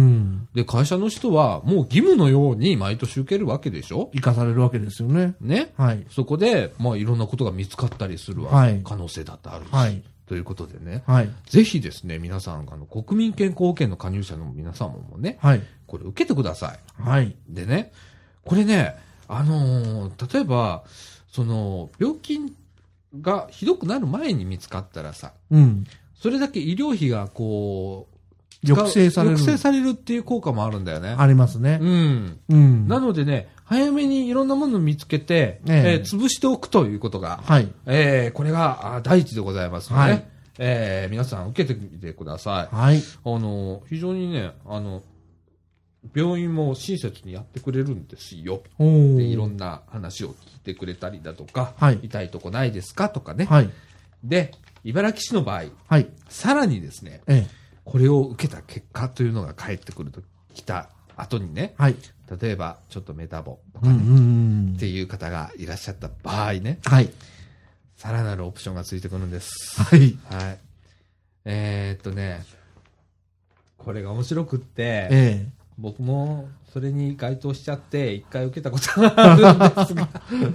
で、会社の人はもう義務のように毎年受けるわけでしょ？ 生かされるわけですよね。 ね。はい。そこで、まあいろんなことが見つかったりするわ、はい、可能性だってあるし。はい。ということでね。はい。ぜひですね、皆さん、あの、国民健康保険の加入者の皆さんもね。はい。これ受けてください。はい。でね、これね、あのー、例えば、その、病気がひどくなる前に見つかったらさ。うん。それだけ医療費がこう、 抑制される。 抑制されるっていう効果もあるんだよね。 ありますね。 うん。うん。なのでね、早めにいろんなものを見つけて、えー、潰しておくということが、はい。えー、これが第一でございますので、ね。はい。えー、皆さん受けてみてください。はい。あの、非常にね、あの、病院も親切にやってくれるんですよ。で、いろんな話を聞いてくれたりだとか、はい。痛いとこないですかとかね。はい。で、茨城市の場合、はい、さらにですね、ええ、これを受けた結果というのが返ってくるときた後にね、はい、例えばちょっとメタボとかね、うんうんうん、っていう方がいらっしゃった場合ね、はい、さらなるオプションがついてくるんです。はい。はい。えー、っとね、これが面白くって、ええ、僕もそれに該当しちゃって一回受けたことがあるんですが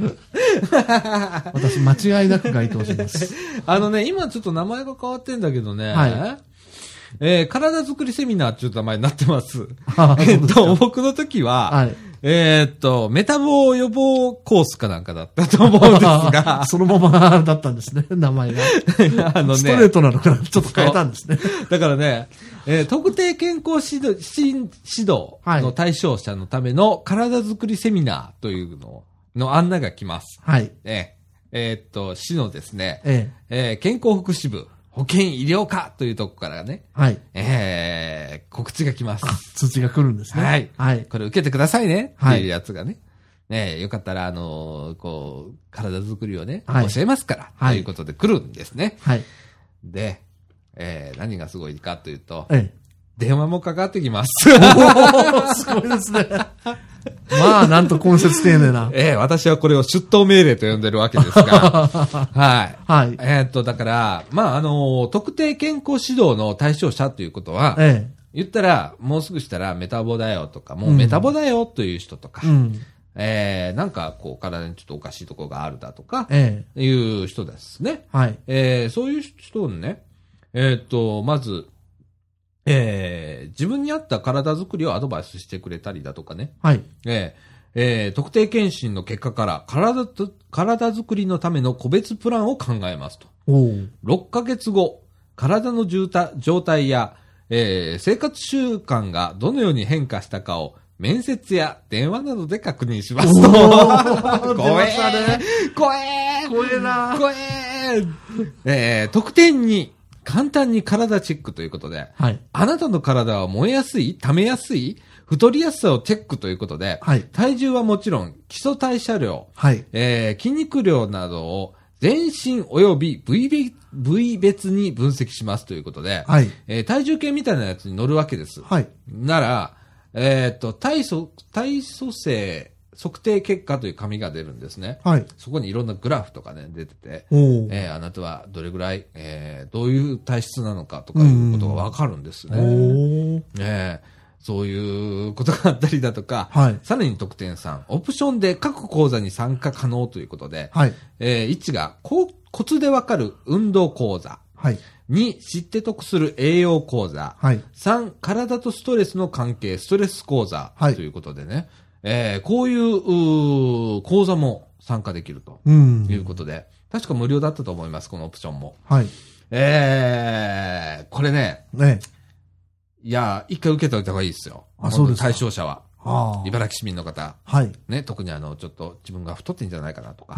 私間違いなく該当しますあのね、今ちょっと名前が変わってんだけどね、はい、えー、体づくりセミナーっていう名前になってますえっと僕の時は、はい、えー、っとメタボ予防コースかなんかだったと思うんですがそのままだったんですね、名前があの、ね、ストレートなのからちょっと変えたんですねだからね、えー、特定健康指導、指導の対象者のための体づくりセミナーというのの案内が来ます。はい。えー、えー、っと、市のですね、えええー、健康福祉部、保健医療課というとこからね、はい。えー、告知が来ます。 通知が来るんですね。 はい。はい。これ受けてくださいねっていうやつがね。はい、ね、よかったら、あのー、こう、体づくりをね、はい、教えますから、はい、ということで来るんですね。はい。で、えー、何がすごいかというと、ええ、電話もかかってきます。おー、すごいですね。まあ、なんと根節丁寧な。 ええー、私はこれを出頭命令と呼んでるわけですが。はい。はい。えー、っと、だから、まあ、あのー、特定健康指導の対象者ということは、ええ、言ったら、もうすぐしたらメタボだよとか、もうメタボだよという人とか、うん、えー、なんかこう体にちょっとおかしいところがあるだとか、ええ、いう人ですね。はい。えー、そういう人にね、えー、っと、まず、えー、自分に合った体づくりをアドバイスしてくれたりだとかね。はい。えー、えー、特定健診の結果から体と、体づくりのための個別プランを考えますと。おろっかげつご、体の状態や、えー、生活習慣がどのように変化したかを面接や電話などで確認しますと。怖えー、怖えー、 怖えな怖えー、えー、特典に、簡単に体チェックということで、はい、あなたの体は燃えやすい、溜めやすい、太りやすさをチェックということで、はい、体重はもちろん基礎代謝量、はい、えー、筋肉量などを全身及び部位別、部位別に分析しますということで、はい、えー、体重計みたいなやつに乗るわけです。はい、なら、えっと、体組、体組成、測定結果という紙が出るんですね。はい。そこにいろんなグラフとかね、出てて、えー、あなたはどれぐらい、えー、どういう体質なのかとかいうことがわかるんですね。おえー、そういうことがあったりだとか、はい。さらに特典さん、オプションで各講座に参加可能ということで、はい。えー、いちが、コツでわかる運動講座。はい。に、知って得する栄養講座。はい。さん、体とストレスの関係、ストレス講座。はい。ということでね。えー、こういう、う講座も参加できるということで、確か無料だったと思います、このオプションも。はい。えー、これね、ね、 いや、一回受けておいた方がいいですよ。 あ、そうですか。 対象者は。 ああ。 茨城市民の方。 はい。 ね、特にあの、ちょっと自分が太ってんじゃないかなとか。 うん。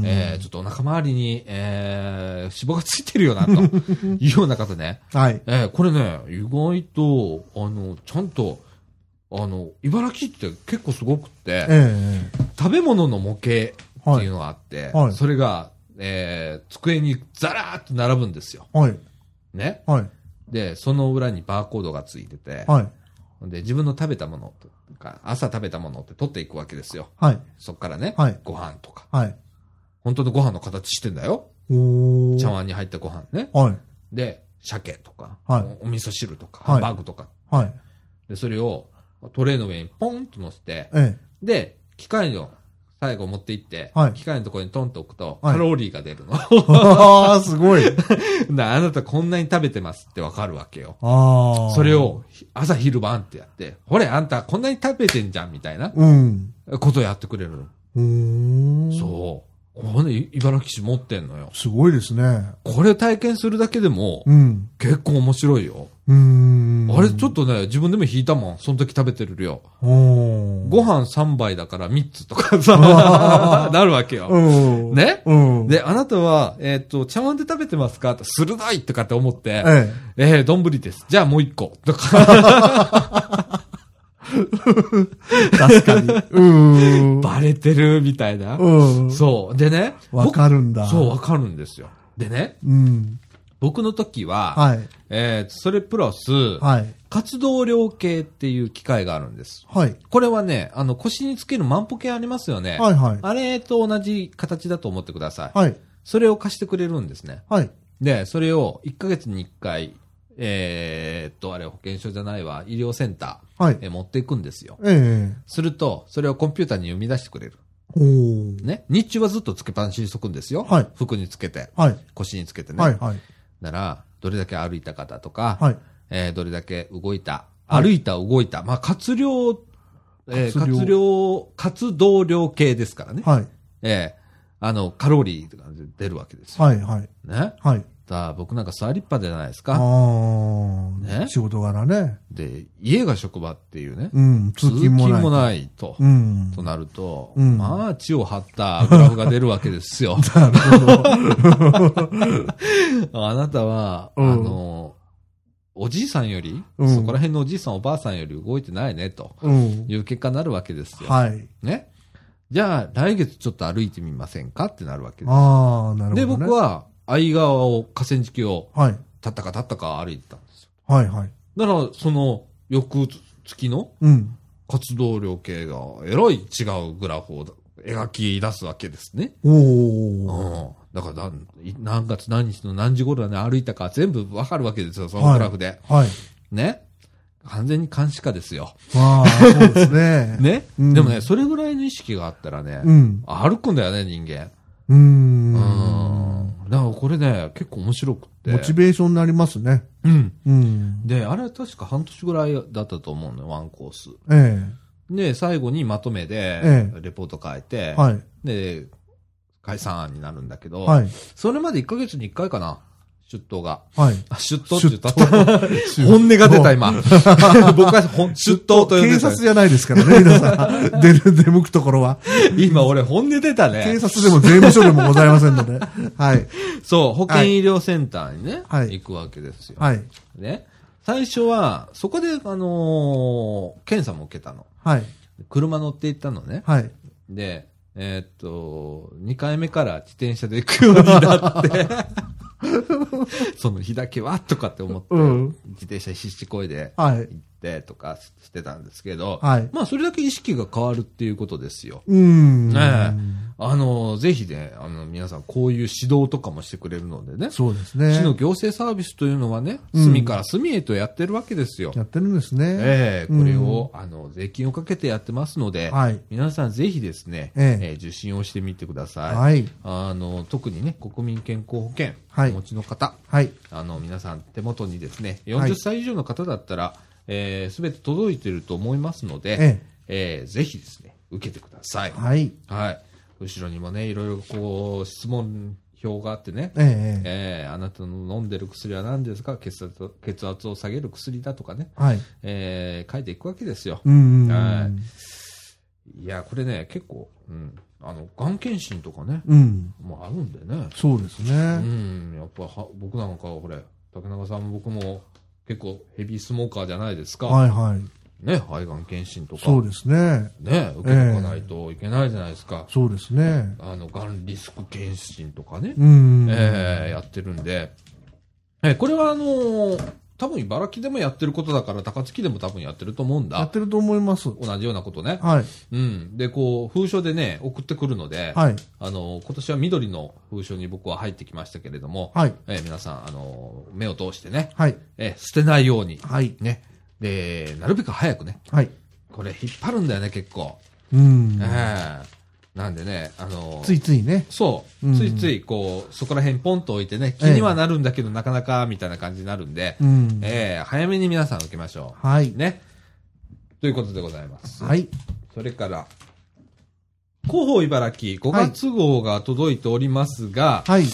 えー、ちょっとお腹周りに、えー、脂肪がついてるよな、というような方ね。 はい。 えー、これね、意外と、あの、ちゃんと、あの、茨城って結構すごくって、 えー、 食べ物の模型っていうのがあって、 はいはい、 それが、えー、机にザラーっと並ぶんですよ。 はい。 ね。 はい。 で、その裏にバーコードがついてて、 はい。 で、自分の食べたものとか、朝食べたものって取っていくわけですよ。 はい。 そっからね、 はい。 ご飯とか。 はい。 本当のご飯の形してんだよ。 おー。 茶碗に入ったご飯ね。 はい。 で、鮭とか、 はい。 お味噌汁とか、ハンバーグとか。 はい。 で、それをトレーの上にポンと乗せて、 ええ。 で、機械の最後持って行って、 はい、 機械のところにトンと置くと、カロリーが出るの。 ああ、すごい。 だあなたこんなに食べてますってわかるわけよ。 ああ。 それを朝昼晩ってやって、ほれ、あんたこんなに食べてんじゃんみたいな、 うん。 ことやってくれるの。 うーん。 そう。これね、茨城市持ってんのよ。 すごいですね。 これ体験するだけでも、 うん。 結構面白いよ。 うーん。 あれちょっとね、自分でも引いたもん。その時食べてる量。 おご飯さんばいだからみっつとかさ、なるわけよ。 うん。 ね、 うん。 で、あなたは、えっ、ー、と、茶碗で食べてますか鋭いとかって思って、えええ、えー、丼です。じゃあもう一個。とか。 確かに。うん。 バレてるみたいな。 うん。 そう。でね。 わかるんだ。 そう、わかるんですよ。でね。 うん。 僕の時は、 はい。 えー、それプラス、 はい。 活動量計っていう機械があるんです。 はい。 これはね、あの、腰につける万歩計ありますよね。 はいはい。 あれと同じ形だと思ってください。 はい。 それを貸してくれるんですね。 はい。 で、それをいっかげつにいっかい、えー、っと、あれ、保健所じゃないわ、医療センター、はい、え持っていくんですよ。 ええー。 すると、それをコンピューターに生み出してくれる。 おー。 ね。日中はずっとつけっぱなしにしとくんですよ。 はい。 服につけて。 はい。 腰につけてね。 はいはい。 なら、どれだけ歩いた方とか、 はい。 えー、どれだけ動いた、歩いた、動いた、まあ、活量、えー、活量、活動量計ですからね。 はい。 えー、あの、カロリーが出るわけですよ。 はいはい。 ね。 はい。 さあ、僕なんか座りっぱじゃないですか。 ああ。ね。仕事柄ね。 で、家が職場っていうね。 うん。通勤もない。通勤もないと。 うん。 となると、 うん、 まあ、血を張ったグラフが出るわけですよ。 なるほど。 あなたは、うん、あの、おじいさんより、うん、そこら辺のおじいさんおばあさんより動いてないね、という結果になるわけですよ。 はい。 ね。じゃあ、来月ちょっと歩いてみませんかってなるわけです。 ああ、なるほど、ね。 で、僕は、相川を、河川敷を、 はい。 立ったか立ったか歩いてたんですよ。 はいはい。 だから、その、翌月の、 うん。 活動量計が、えらい違うグラフを描き出すわけですね。 おー。 うん。だから何、何月何日の何時頃に歩いたか全部わかるわけですよ、そのグラフで。 はい。はい、 ね。完全に監視下ですよ。 ああ、そうですね。 ね、 うん。 でもね、それぐらいの意識があったらね、 うん、 歩くんだよね、人間。 うーん。 うん。だからこれね、結構面白くて。 モチベーションになりますね。 うん。 うん。 で、あれは確か半年ぐらいだったと思うのよ、ワンコース。 ええ。で、最後にまとめで、 ええ、 レポート書いて、 はい。 で、解散になるんだけど、 はい。 それまでいっかげつにいっかいかな、出頭が。 はい。 あ、出頭って言った。本音が出た、今。僕は出頭と呼んで警察じゃないですからね、皆さん。出る、出向くところは。 今、俺本音出たね。 警察でも税務署でもございませんので。はい。 そう、保健医療センターにね、 はい、 行くわけですよ。 はい。 ね。最初は、そこで、あのー、検査も受けたの。 はい。 車乗って行ったのね。 はい。 で、えー、っと、にかいめから自転車で行くようになって、その日だけはとかって思って、うん、自転車必死こいで行ってとかしてたんですけど、 はい、 まあそれだけ意識が変わるっていうことですよ。 うん。 ねえ。あの、ぜひね、あの、皆さんこういう指導とかもしてくれるのでね。 そうですね。 市の行政サービスというのはね、隅から隅へとやってるわけですよ。 やってるんですね。 ええー、これを、うん、あの、税金をかけてやってますので、 はい、 皆さんぜひですね、 えええー、受診をしてみてください。 はい。 あの、特にね、国民健康保険お持ちの方、 はい。 あの、皆さん手元にですね、よんじゅっさい以上の方だったら、はい、えー、すべて届いていると思いますので、 えええー、ぜひですね、受けてください。 はい。 はい。後ろにもね、いろいろこう、質問表があってね、えええー、あなたの飲んでる薬は何ですか、血圧、血圧を下げる薬だとかね、はい、えー、書いていくわけですよ。うんうん、はい、いや、これね、結構、うん、あの、がん検診とかね、うん、もうあるんでね。 そうですね。うん、やっぱは、僕なんかはこれ、竹中さんも僕も結構ヘビースモーカーじゃないですか。はいはい。ね、肺がん検診とか。 そうですね。 ね、受けとかないといけないじゃないですか。 えー、そうですね。 あの、がんリスク検診とかね。うん。えー、やってるんで。えー、これはあのー、多分茨城でもやってることだから、高槻でも多分やってると思うんだ。 やってると思います。 同じようなことね。はい。うん。で、こう、封書でね、送ってくるので、はい。あの、今年は緑の封書に僕は入ってきましたけれども、はい。えー、皆さん、あの、目を通してね、はい。えー、捨てないように、はい。ね。で、なるべく早くね。はい。これ引っ張るんだよね、結構。うん。ええー。なんでね、あのー、 ついついね。 そう。うん、ついつい、こう、そこら辺ポンと置いてね、気にはなるんだけど、えー、なかなか、みたいな感じになるんで、うん、ええー、早めに皆さん受けましょう。はい。ね。ということでございます。はい。それから、広報茨城ごがつ号が届いておりますが、はい。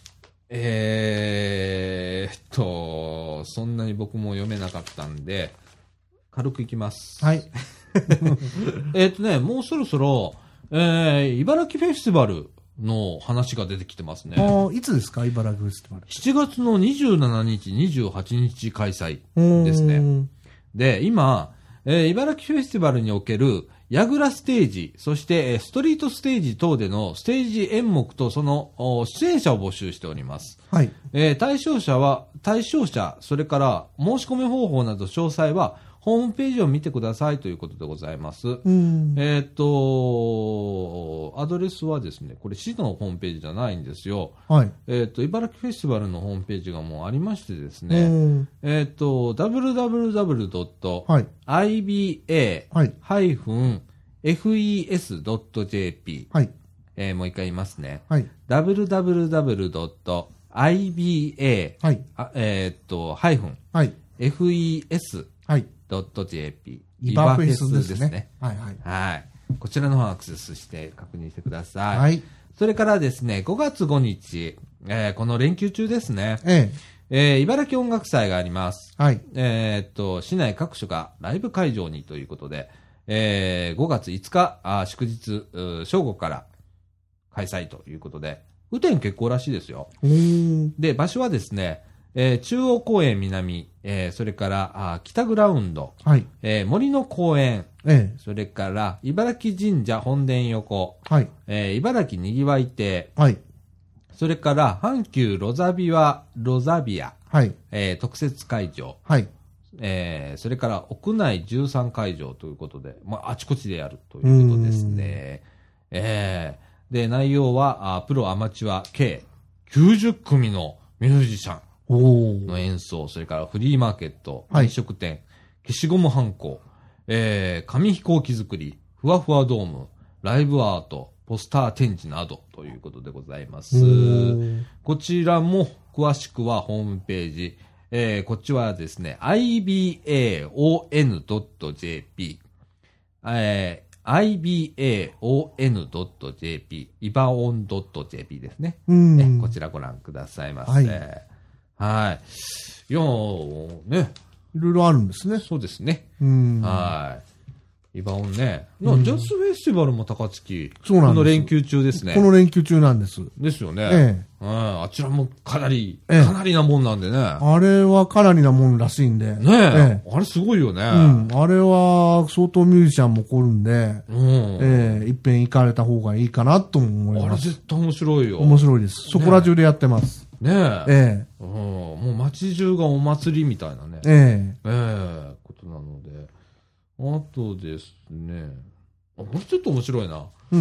えーっと、そんなに僕も読めなかったんで、軽くいきます。はい。えっとね、もうそろそろ、えー、茨城フェスティバルの話が出てきてますね。 あ、いつですか、茨城フェスティバル。 しちがつのにじゅうしちにち、にじゅうはちにち開催ですね。で、今、えー、茨城フェスティバルにおける、矢倉ステージ、そしてストリートステージ等でのステージ演目とその出演者を募集しております。はい。えー、対象者は、対象者、それから申し込み方法など詳細はホームページを見てくださいということでございます。うん。えっと、アドレスはですね、これ市のホームページじゃないんですよ。はい。えっと、茨城フェスティバルのホームページがもうありましてですね、うん、えっと、ダブリューダブリューダブリュードットアイビーエーハイフンエフイーエスドットジェーピー。はい。えー、もう一回言いますね。はい。ダブリューダブリューダブリュードットアイビーエー。はい。あえー、っと、ハイフン。はい。エフイーエス。はい。ドット ジェーピー。イバフェスですね。はいはい。はい。こちらの方アクセスして確認してください。はい。それからですね、ごがつごにち、えー、この連休中ですね。ええ。えー、茨城音楽祭があります。はい。えー、っと、市内各所がライブ会場にということで、えー、ごがついつか、あ祝日、正午から開催ということで、雨天決行らしいですよ。で、場所はですね、えー、中央公園南、えー、それからあ北グラウンド、はい、えー、森の公園、ええ、それから茨城神社本殿横、はい、えー、茨城にぎわい亭、はい、それから阪急ロザビア、ロザビア、はい、えー、特設会場、はい、えー、それから屋内じゅうさんかいじょうということで、まあ、あちこちでやるということですね。えー、で、内容はあプロアマチュア計きゅうじゅっくみのミュージシャン、の演奏、それからフリーマーケット、飲食店、消しゴムハンコ、えー、紙飛行機作り、ふわふわドーム、ライブアート、ポスター展示などということでございます。こちらも詳しくはホームページ、えー、こっちはですね、アイビーエーオーエヌドットジェーピー、えーアイビーエーオーエヌドットジェーピー、イバオンドットジェーピー ですね。ね、こちらご覧くださいませ。はい。はい。いやー、ね。 いろいろあるんですね。 そうですね。うん。はい。イバオンね。の、うん、ジャズフェスティバルも高槻。そうなんです。この連休中ですね。 この連休中なんです。 ですよね。ええ。うん。あちらもかなり、ええ、かなりなもんなんでね。 あれはかなりなもんらしいんで。 ねえ。ええ、あれすごいよね。 うん。あれは相当ミュージシャンも来るんで、うん。ええ、いっぺん行かれた方がいいかなと思います。 あれ絶対面白いよ。 面白いです。そこら中でやってます。 ねえ。ええ。うん。もう街中がお祭りみたいなね。ええ。ええ、ことなので。あとですね。あ、もうちょっと面白いな。うん。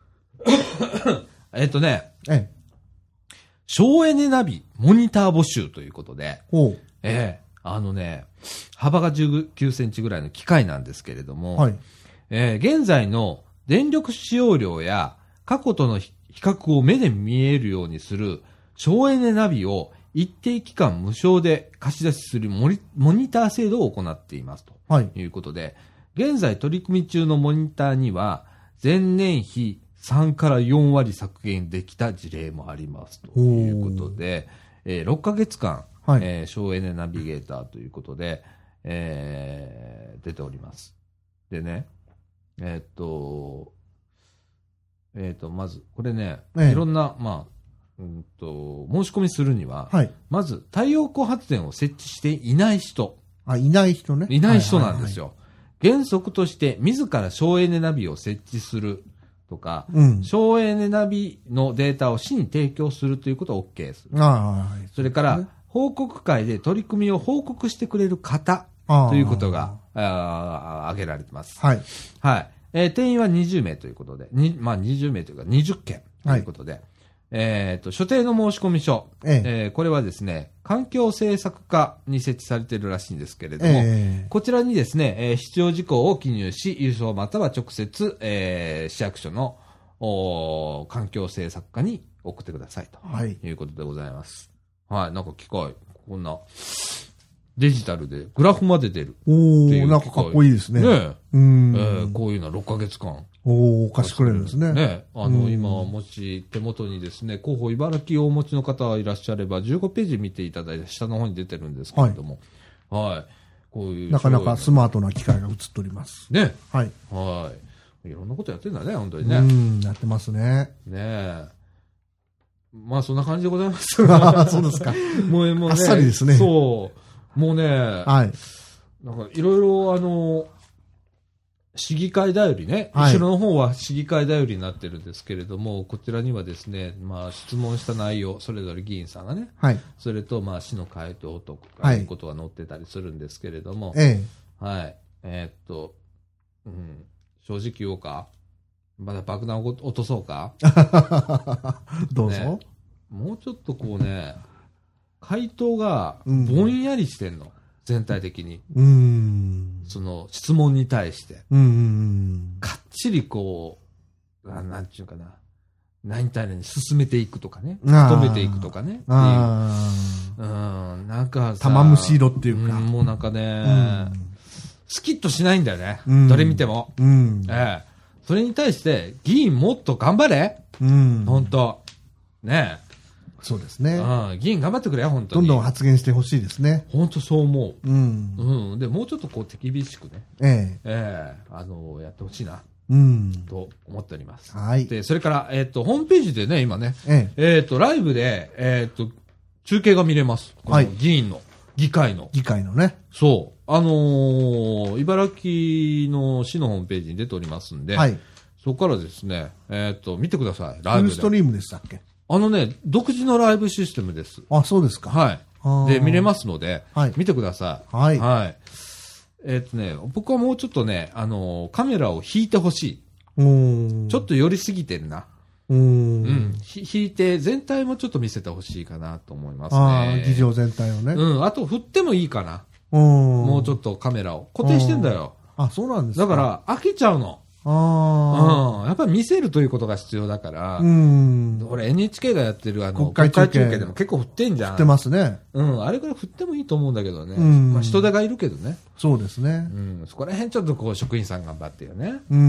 えっとね。ええ。省エネナビモニター募集ということで。ほう。ええ。あのね、幅がじゅうきゅうセンチぐらいの機械なんですけれども。はい。えー、現在の電力使用量や過去との比較を目で見えるようにする省エネナビを一定期間無償で貸し出しするモニ、モニター制度を行っていますということで、はい、現在取り組み中のモニターには前年比さんからよんわり削減できた事例もありますということで、えー、ろっかげつかん、はい、えー、省エネナビゲーターということで、えー、出ております。でね、えー、っと、えー、っと、まず、これね、ええ、いろんな、まあ、うんと、申し込みするには、はい、まず、太陽光発電を設置していない人。 あ、いない人ね。 いない人なんですよ。はいはいはい、原則として、自ら省エネナビを設置するとか、うん、省エネナビのデータを市に提供するということを OK です。あ、はい、それから、報告会で取り組みを報告してくれる方ということがあ挙げられています。はい。はい。えー、定員はにじゅうめいということで、にまあにじゅうめいというかにじゅっけんということで、はい、えっと、所定の申込書、えええー、これはですね、環境政策課に設置されているらしいんですけれども、えー、こちらにですね、えー、必要事項を記入し、郵送または直接、えー、市役所のお環境政策課に送ってくださいということでございます。はい、はい、なんか機械、こんな、デジタルでグラフまで出る。 おー、なんかかっこいいですね。 ねえ。うん、えー、こういうのはろっかげつかん。 おー、貸してくれるんですね。 ね。あの、今、もし手元にですね、広報茨城をお持ちの方がいらっしゃれば、じゅうごページ見ていただいて、下の方に出てるんですけれども、はい。はい、こういう。 なかなかスマートな機械が映っております。 ね。 はい。 はい。いろんなことやってるんだね、本当にね。 うん、やってますね。 ねえ。まあ、そんな感じでございます。 そうですか。 もう、もうね。 あっさりですね。 そう。もうね、 はい。 なんかいろいろあの、市議会だよりね、はい、後ろの方は市議会だよりになってるんですけれども、こちらにはですね、まあ質問した内容、それぞれ議員さんがね、はい、それとまあ市の回答とかいうことが載ってたりするんですけれども、はい。はい、えー、っと、うん、正直言おうか、まだ爆弾を落とそうかどうぞ、 ね。もうちょっとこうね、回答がぼんやりしてんの、うん、全体的に。 うーん、 その質問に対して。 うん、 かっちりこう、ななんていうかな。何たらに進めていくとかね。止めていくとかね。っていう。うん、なんかさ。 玉虫色っていうか。 うん、もうなんかね、うん、スキッとしないんだよね。うん、どれ見ても。うん、ええ。それに対して、議員もっと頑張れ。うん。本当ねえ。 そうですね。 うん、議員頑張ってくれよ、本当に。 どんどん発言してほしいですね。 本当そう思う。 うん。 うん。で、もうちょっとこう手厳しくね。 ええ。 ええ、あの、やってほしいな。 うん。 と思っております。 はい。 で、それから、えっと、ホームページでね、今ね、ええ、えっと、ライブで、えっと、中継が見れます。はい。議員の、議会の。 議会のね。 そう。あのー、茨城の市のホームページに出ておりますんで、はい。そこからですね、えっと、見てください。 ライブで。フルストリームでしたっけ？ あのね、独自のライブシステムです。 あ、そうですか。 はい。で、見れますので、はい、見てください。 はい。 はい。えー、っとね、僕はもうちょっとね、あのー、カメラを引いてほしい。 うん。 ちょっと寄りすぎてるな。 うん。 うん。引いて、全体もちょっと見せてほしいかなと思いますね。 ああ、議場全体をね。 うん。あと、振ってもいいかな。 うん。 もうちょっとカメラを。固定してんだよ。 あ、そうなんですか。 だから、飽きちゃうの。 ああ。 うん。やっぱり見せるということが必要だから。 うん。 俺 エヌエイチケー がやってるあの、 国会中継でも結構振ってんじゃん。 振ってますね。 うん。あれから振ってもいいと思うんだけどね。うん。まあ人手がいるけどね。 そうですね。 うん。そこら辺ちょっとこう職員さん頑張ってよね。 うん。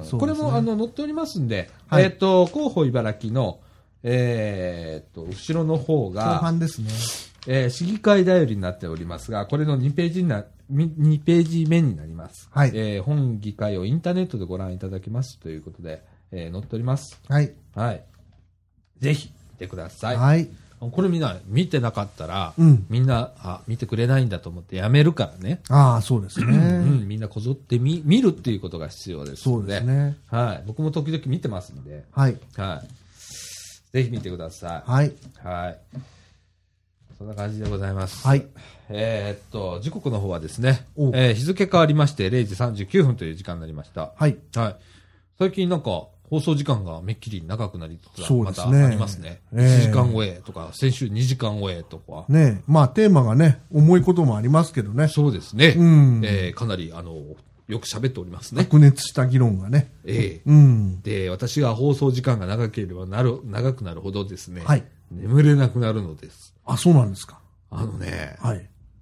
うん。これもあの載っておりますんで、はい、えっと、広報茨城の、えー、っと、後ろの方が、 後半ですね。 えー、市議会だよりになっておりますが、これのにページにな、にページ目になります。 はい。 えー、本議会をインターネットでご覧いただけますということで、えー、載っております。 はい。 はい。ぜひ、見てください。 はい。 これみんな、見てなかったら、 うん、 みんな、あ、見てくれないんだと思ってやめるからね。 ああ、そうですね。 うん、みんなこぞってみ、見るっていうことが必要ですので。 そうですね。 はい。僕も時々見てますんで。 はい。 はい。ぜひ見てください。 はい。 はい。そんな感じでございます。 はい。 えー、っと、時刻の方はですね、えー、日付変わりましてれいじさんじゅうきゅうふんという時間になりました。 はい。 はい。最近なんか、放送時間がめっきり長くなりつつまたありますね。 えー、 いちじかん超えとか、先週にじかん超えとか。 ねえ。まあテーマがね、重いこともありますけどね。 そうですね。 うん。 えー、かなり、あの、よく喋っておりますね。 白熱した議論がね。 ええー。 うん。 で、私が放送時間が長ければなる、長くなるほどですね。 はい。 眠れなくなるのです。 あ、そうなんですか。 あのね。 はい。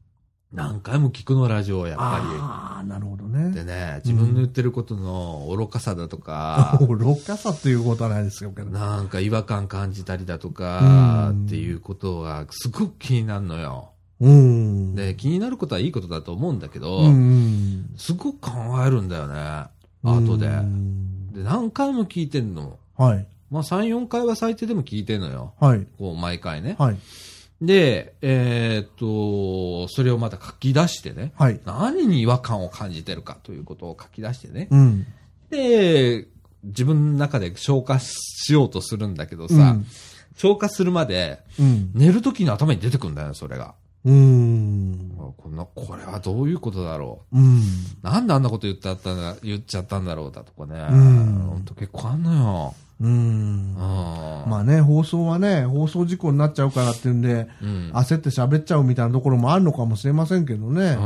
何回も聞くの、ラジオ、やっぱり。 ああ、なるほどね。 でね、自分の言ってることの愚かさだとか。 うん、愚かさっていうことはないですよ、けど。 なんか違和感感じたりだとか、っていうことがすごく気になるのよ。うん。で、気になることはいいことだと思うんだけど、うん、すごく考えるんだよね。後で。で、何回も聞いてんの。はい。まあ、さん、よんかいは最低でも聞いてんのよ。はい。こう、毎回ね。はい。で、えー、っと、それをまた書き出してね。はい。何に違和感を感じてるかということを書き出してね。うん。で、自分の中で消化しようとするんだけどさ、うん、消化するまで、うん、寝るときに頭に出てくるんだよ、それが。うーん。こんな、これはどういうことだろう。うん。なんであんなこと言っちゃったんだ、言っちゃったんだろうだとかね。うん。ほんと結構あんのよ。うん。 まあね、放送はね、放送事故になっちゃうからっていうんで、うん、焦って喋っちゃうみたいなところもあるのかもしれませんけどね。うん。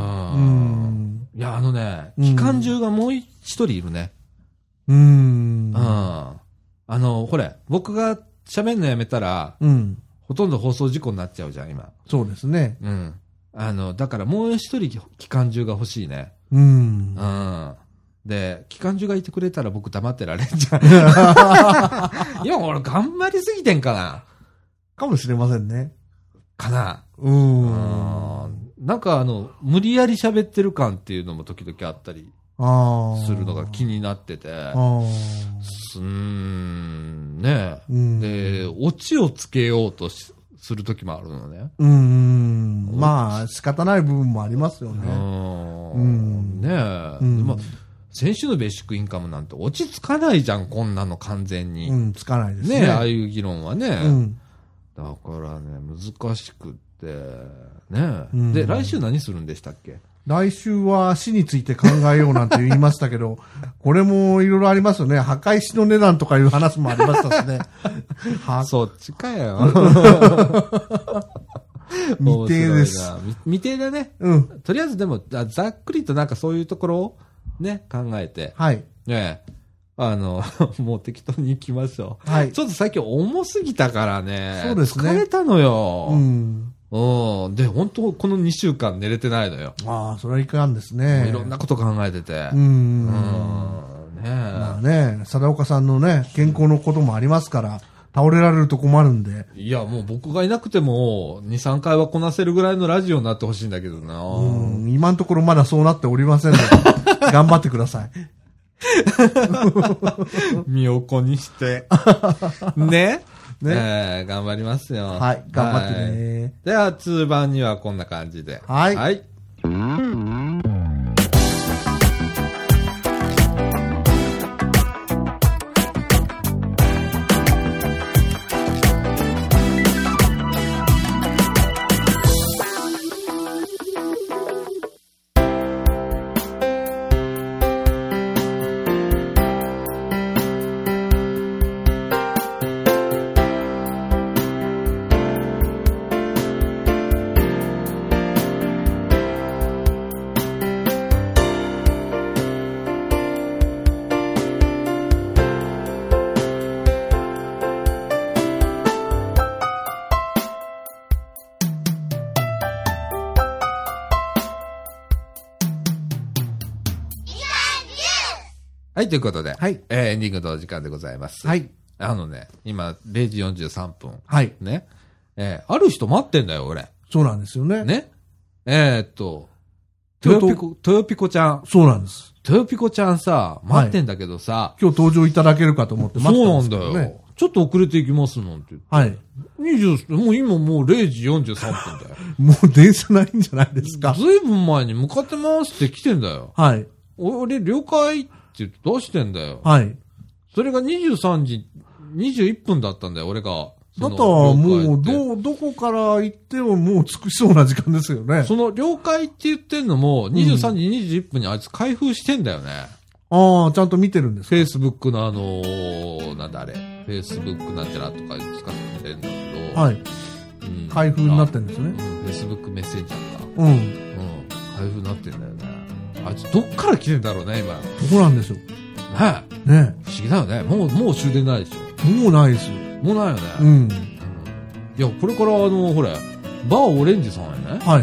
いや、あのね、機関銃がもう一人いるね。うん。うん。あの、ほれ、僕が喋るのやめたら、うん。ほとんど放送事故になっちゃうじゃん、今。 そうですね。 うん。あの、だからもう一人機関銃が欲しいね。うん。うん。で、機関銃がいてくれたら僕黙ってられんじゃん。今俺頑張りすぎてんかな。 かもしれませんね。 かな。うん。うんなんかあの、無理やり喋ってる感っていうのも時々あったりするのが気になってて。あうーん、ねえ。で、オチをつけようとしする時もあるのね。 うん。まあ、仕方ない部分もありますよね。 うん。ねえ。うん、まあ先週のベーシックインカムなんて落ち着かないじゃん、こんなの完全に。 うん、つかないですね。 ねああいう議論はね。うん、だからね、難しくって、ね、うん、で、来週何するんでしたっけ？ 来週は死について考えようなんて言いましたけど、これもいろいろありますよね。墓石の値段とかいう話もありましたしね。 そっちかよ。 未定です。 未定だね。うん。とりあえずでも、ざっくりとなんかそういうところをね、考えて。はい。ねあの、もう適当に行きましょう。はい。ちょっと最近重すぎたからね。 そうですね。 疲れたのよ。うん。うん。で、本当このにしゅうかん寝れてないのよ。 ああ、それはいかんですね。 いろんなこと考えてて。うん。うん。ねまあね、貞岡さんのね、健康のこともありますから。倒れられると困るんで。 いや、もう僕がいなくても、に、さんかいはこなせるぐらいのラジオになってほしいんだけどな。 うん、今のところまだそうなっておりませんので、頑張ってください。 身を粉にして。ねね、えー、頑張りますよ。 はい、頑張ってね。 はい、では、通番にはこんな感じで。 はい。 はい。はい、ということで、はい、えー、エンディングの時間でございます。はい。あのね、今、れいじよんじゅうさんぷん。はい。ね。えー、ある人待ってんだよ、俺。 そうなんですよね。 ね。えー、っと、トヨピコ、トヨピコちゃん。 そうなんです。 トヨピコちゃんさ、待ってんだけどさ、はい、今日登場いただけるかと思って待ってたんですけど、ね。そうなんだよ。 ちょっと遅れていきますなんて言って。はい。にじゅう、もう今もうれいじよんじゅうさんぷんだよ。 もう電車ないんじゃないですか。 ずいぶん前に向かってますって来てんだよ。はい。俺、了解って出してんだよ。はい。それがにじゅうさんじにじゅういっぷんだったんだよ、俺が。 だったらもう、ど、どこから行ってももう着きそうな時間ですよね。 その了解って言ってんのも、にじゅうさんじにじゅういっぷんにあいつ開封してんだよね。 うん、ああ、ちゃんと見てるんですか。 フェイスブックのあのー、なんだあれ。フェイスブックなんちゃらとか使ってんだけど。はい。うん、 開封になってんですね。 フェイスブックメッセンジャーか。うん。うん。開封になってんだよね。あいつどっから来てんだろうね、今。どこなんでしょう。 ねえ。ねえ。不思議だよね。もう、もう終電ないでしょ。 もうないですよ。 もうないよね。うん。いや、これからあの、ほれ、バーオレンジさんやね。はいはい。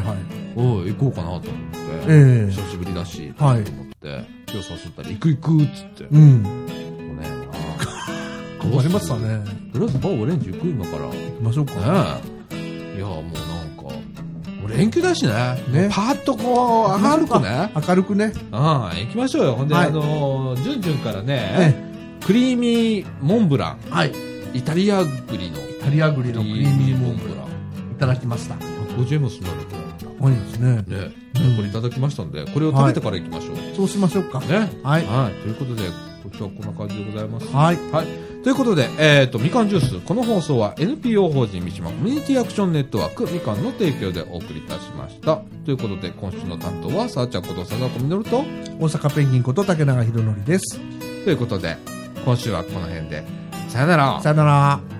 おい、行こうかなと思って、えー、久しぶりだし、はい、と思って、今日誘ったら、行く行くっつって。うん。もうね、 ああ。困りましたね。 とりあえずバーオレンジ行く今から。行きましょうか。ね、 いや、もうなんか、もう連休だしね。ね。パーッとこう、明るくね。 明るくね。 ああ、行きましょうよ。ほんで、はい、あのー、じゅんじゅんからね、ええ、クリーミーモンブラン。はい。イタリア栗の。 イタリア栗のクリーミーモンブラン。いただきました。ひゃくごじゅうえんもするのね。 多いですね。ね、 うん、これいただきましたんで、これを食べてから行きましょう。はい、 そうしましょうか。 ね。はい。はい。ということで、今日はこんな感じでございます。はい。はい。ということで、えっと、みかんジュース。この放送は エヌピーオー 法人三島コミュニティアクションネットワークみかんの提供でお送りいたしました。ということで、今週の担当は、さあちゃんこと佐賀小実と、 大阪ペンギンこと竹永宏典です。 ということで、今週はこの辺で、さよなら。 さよなら。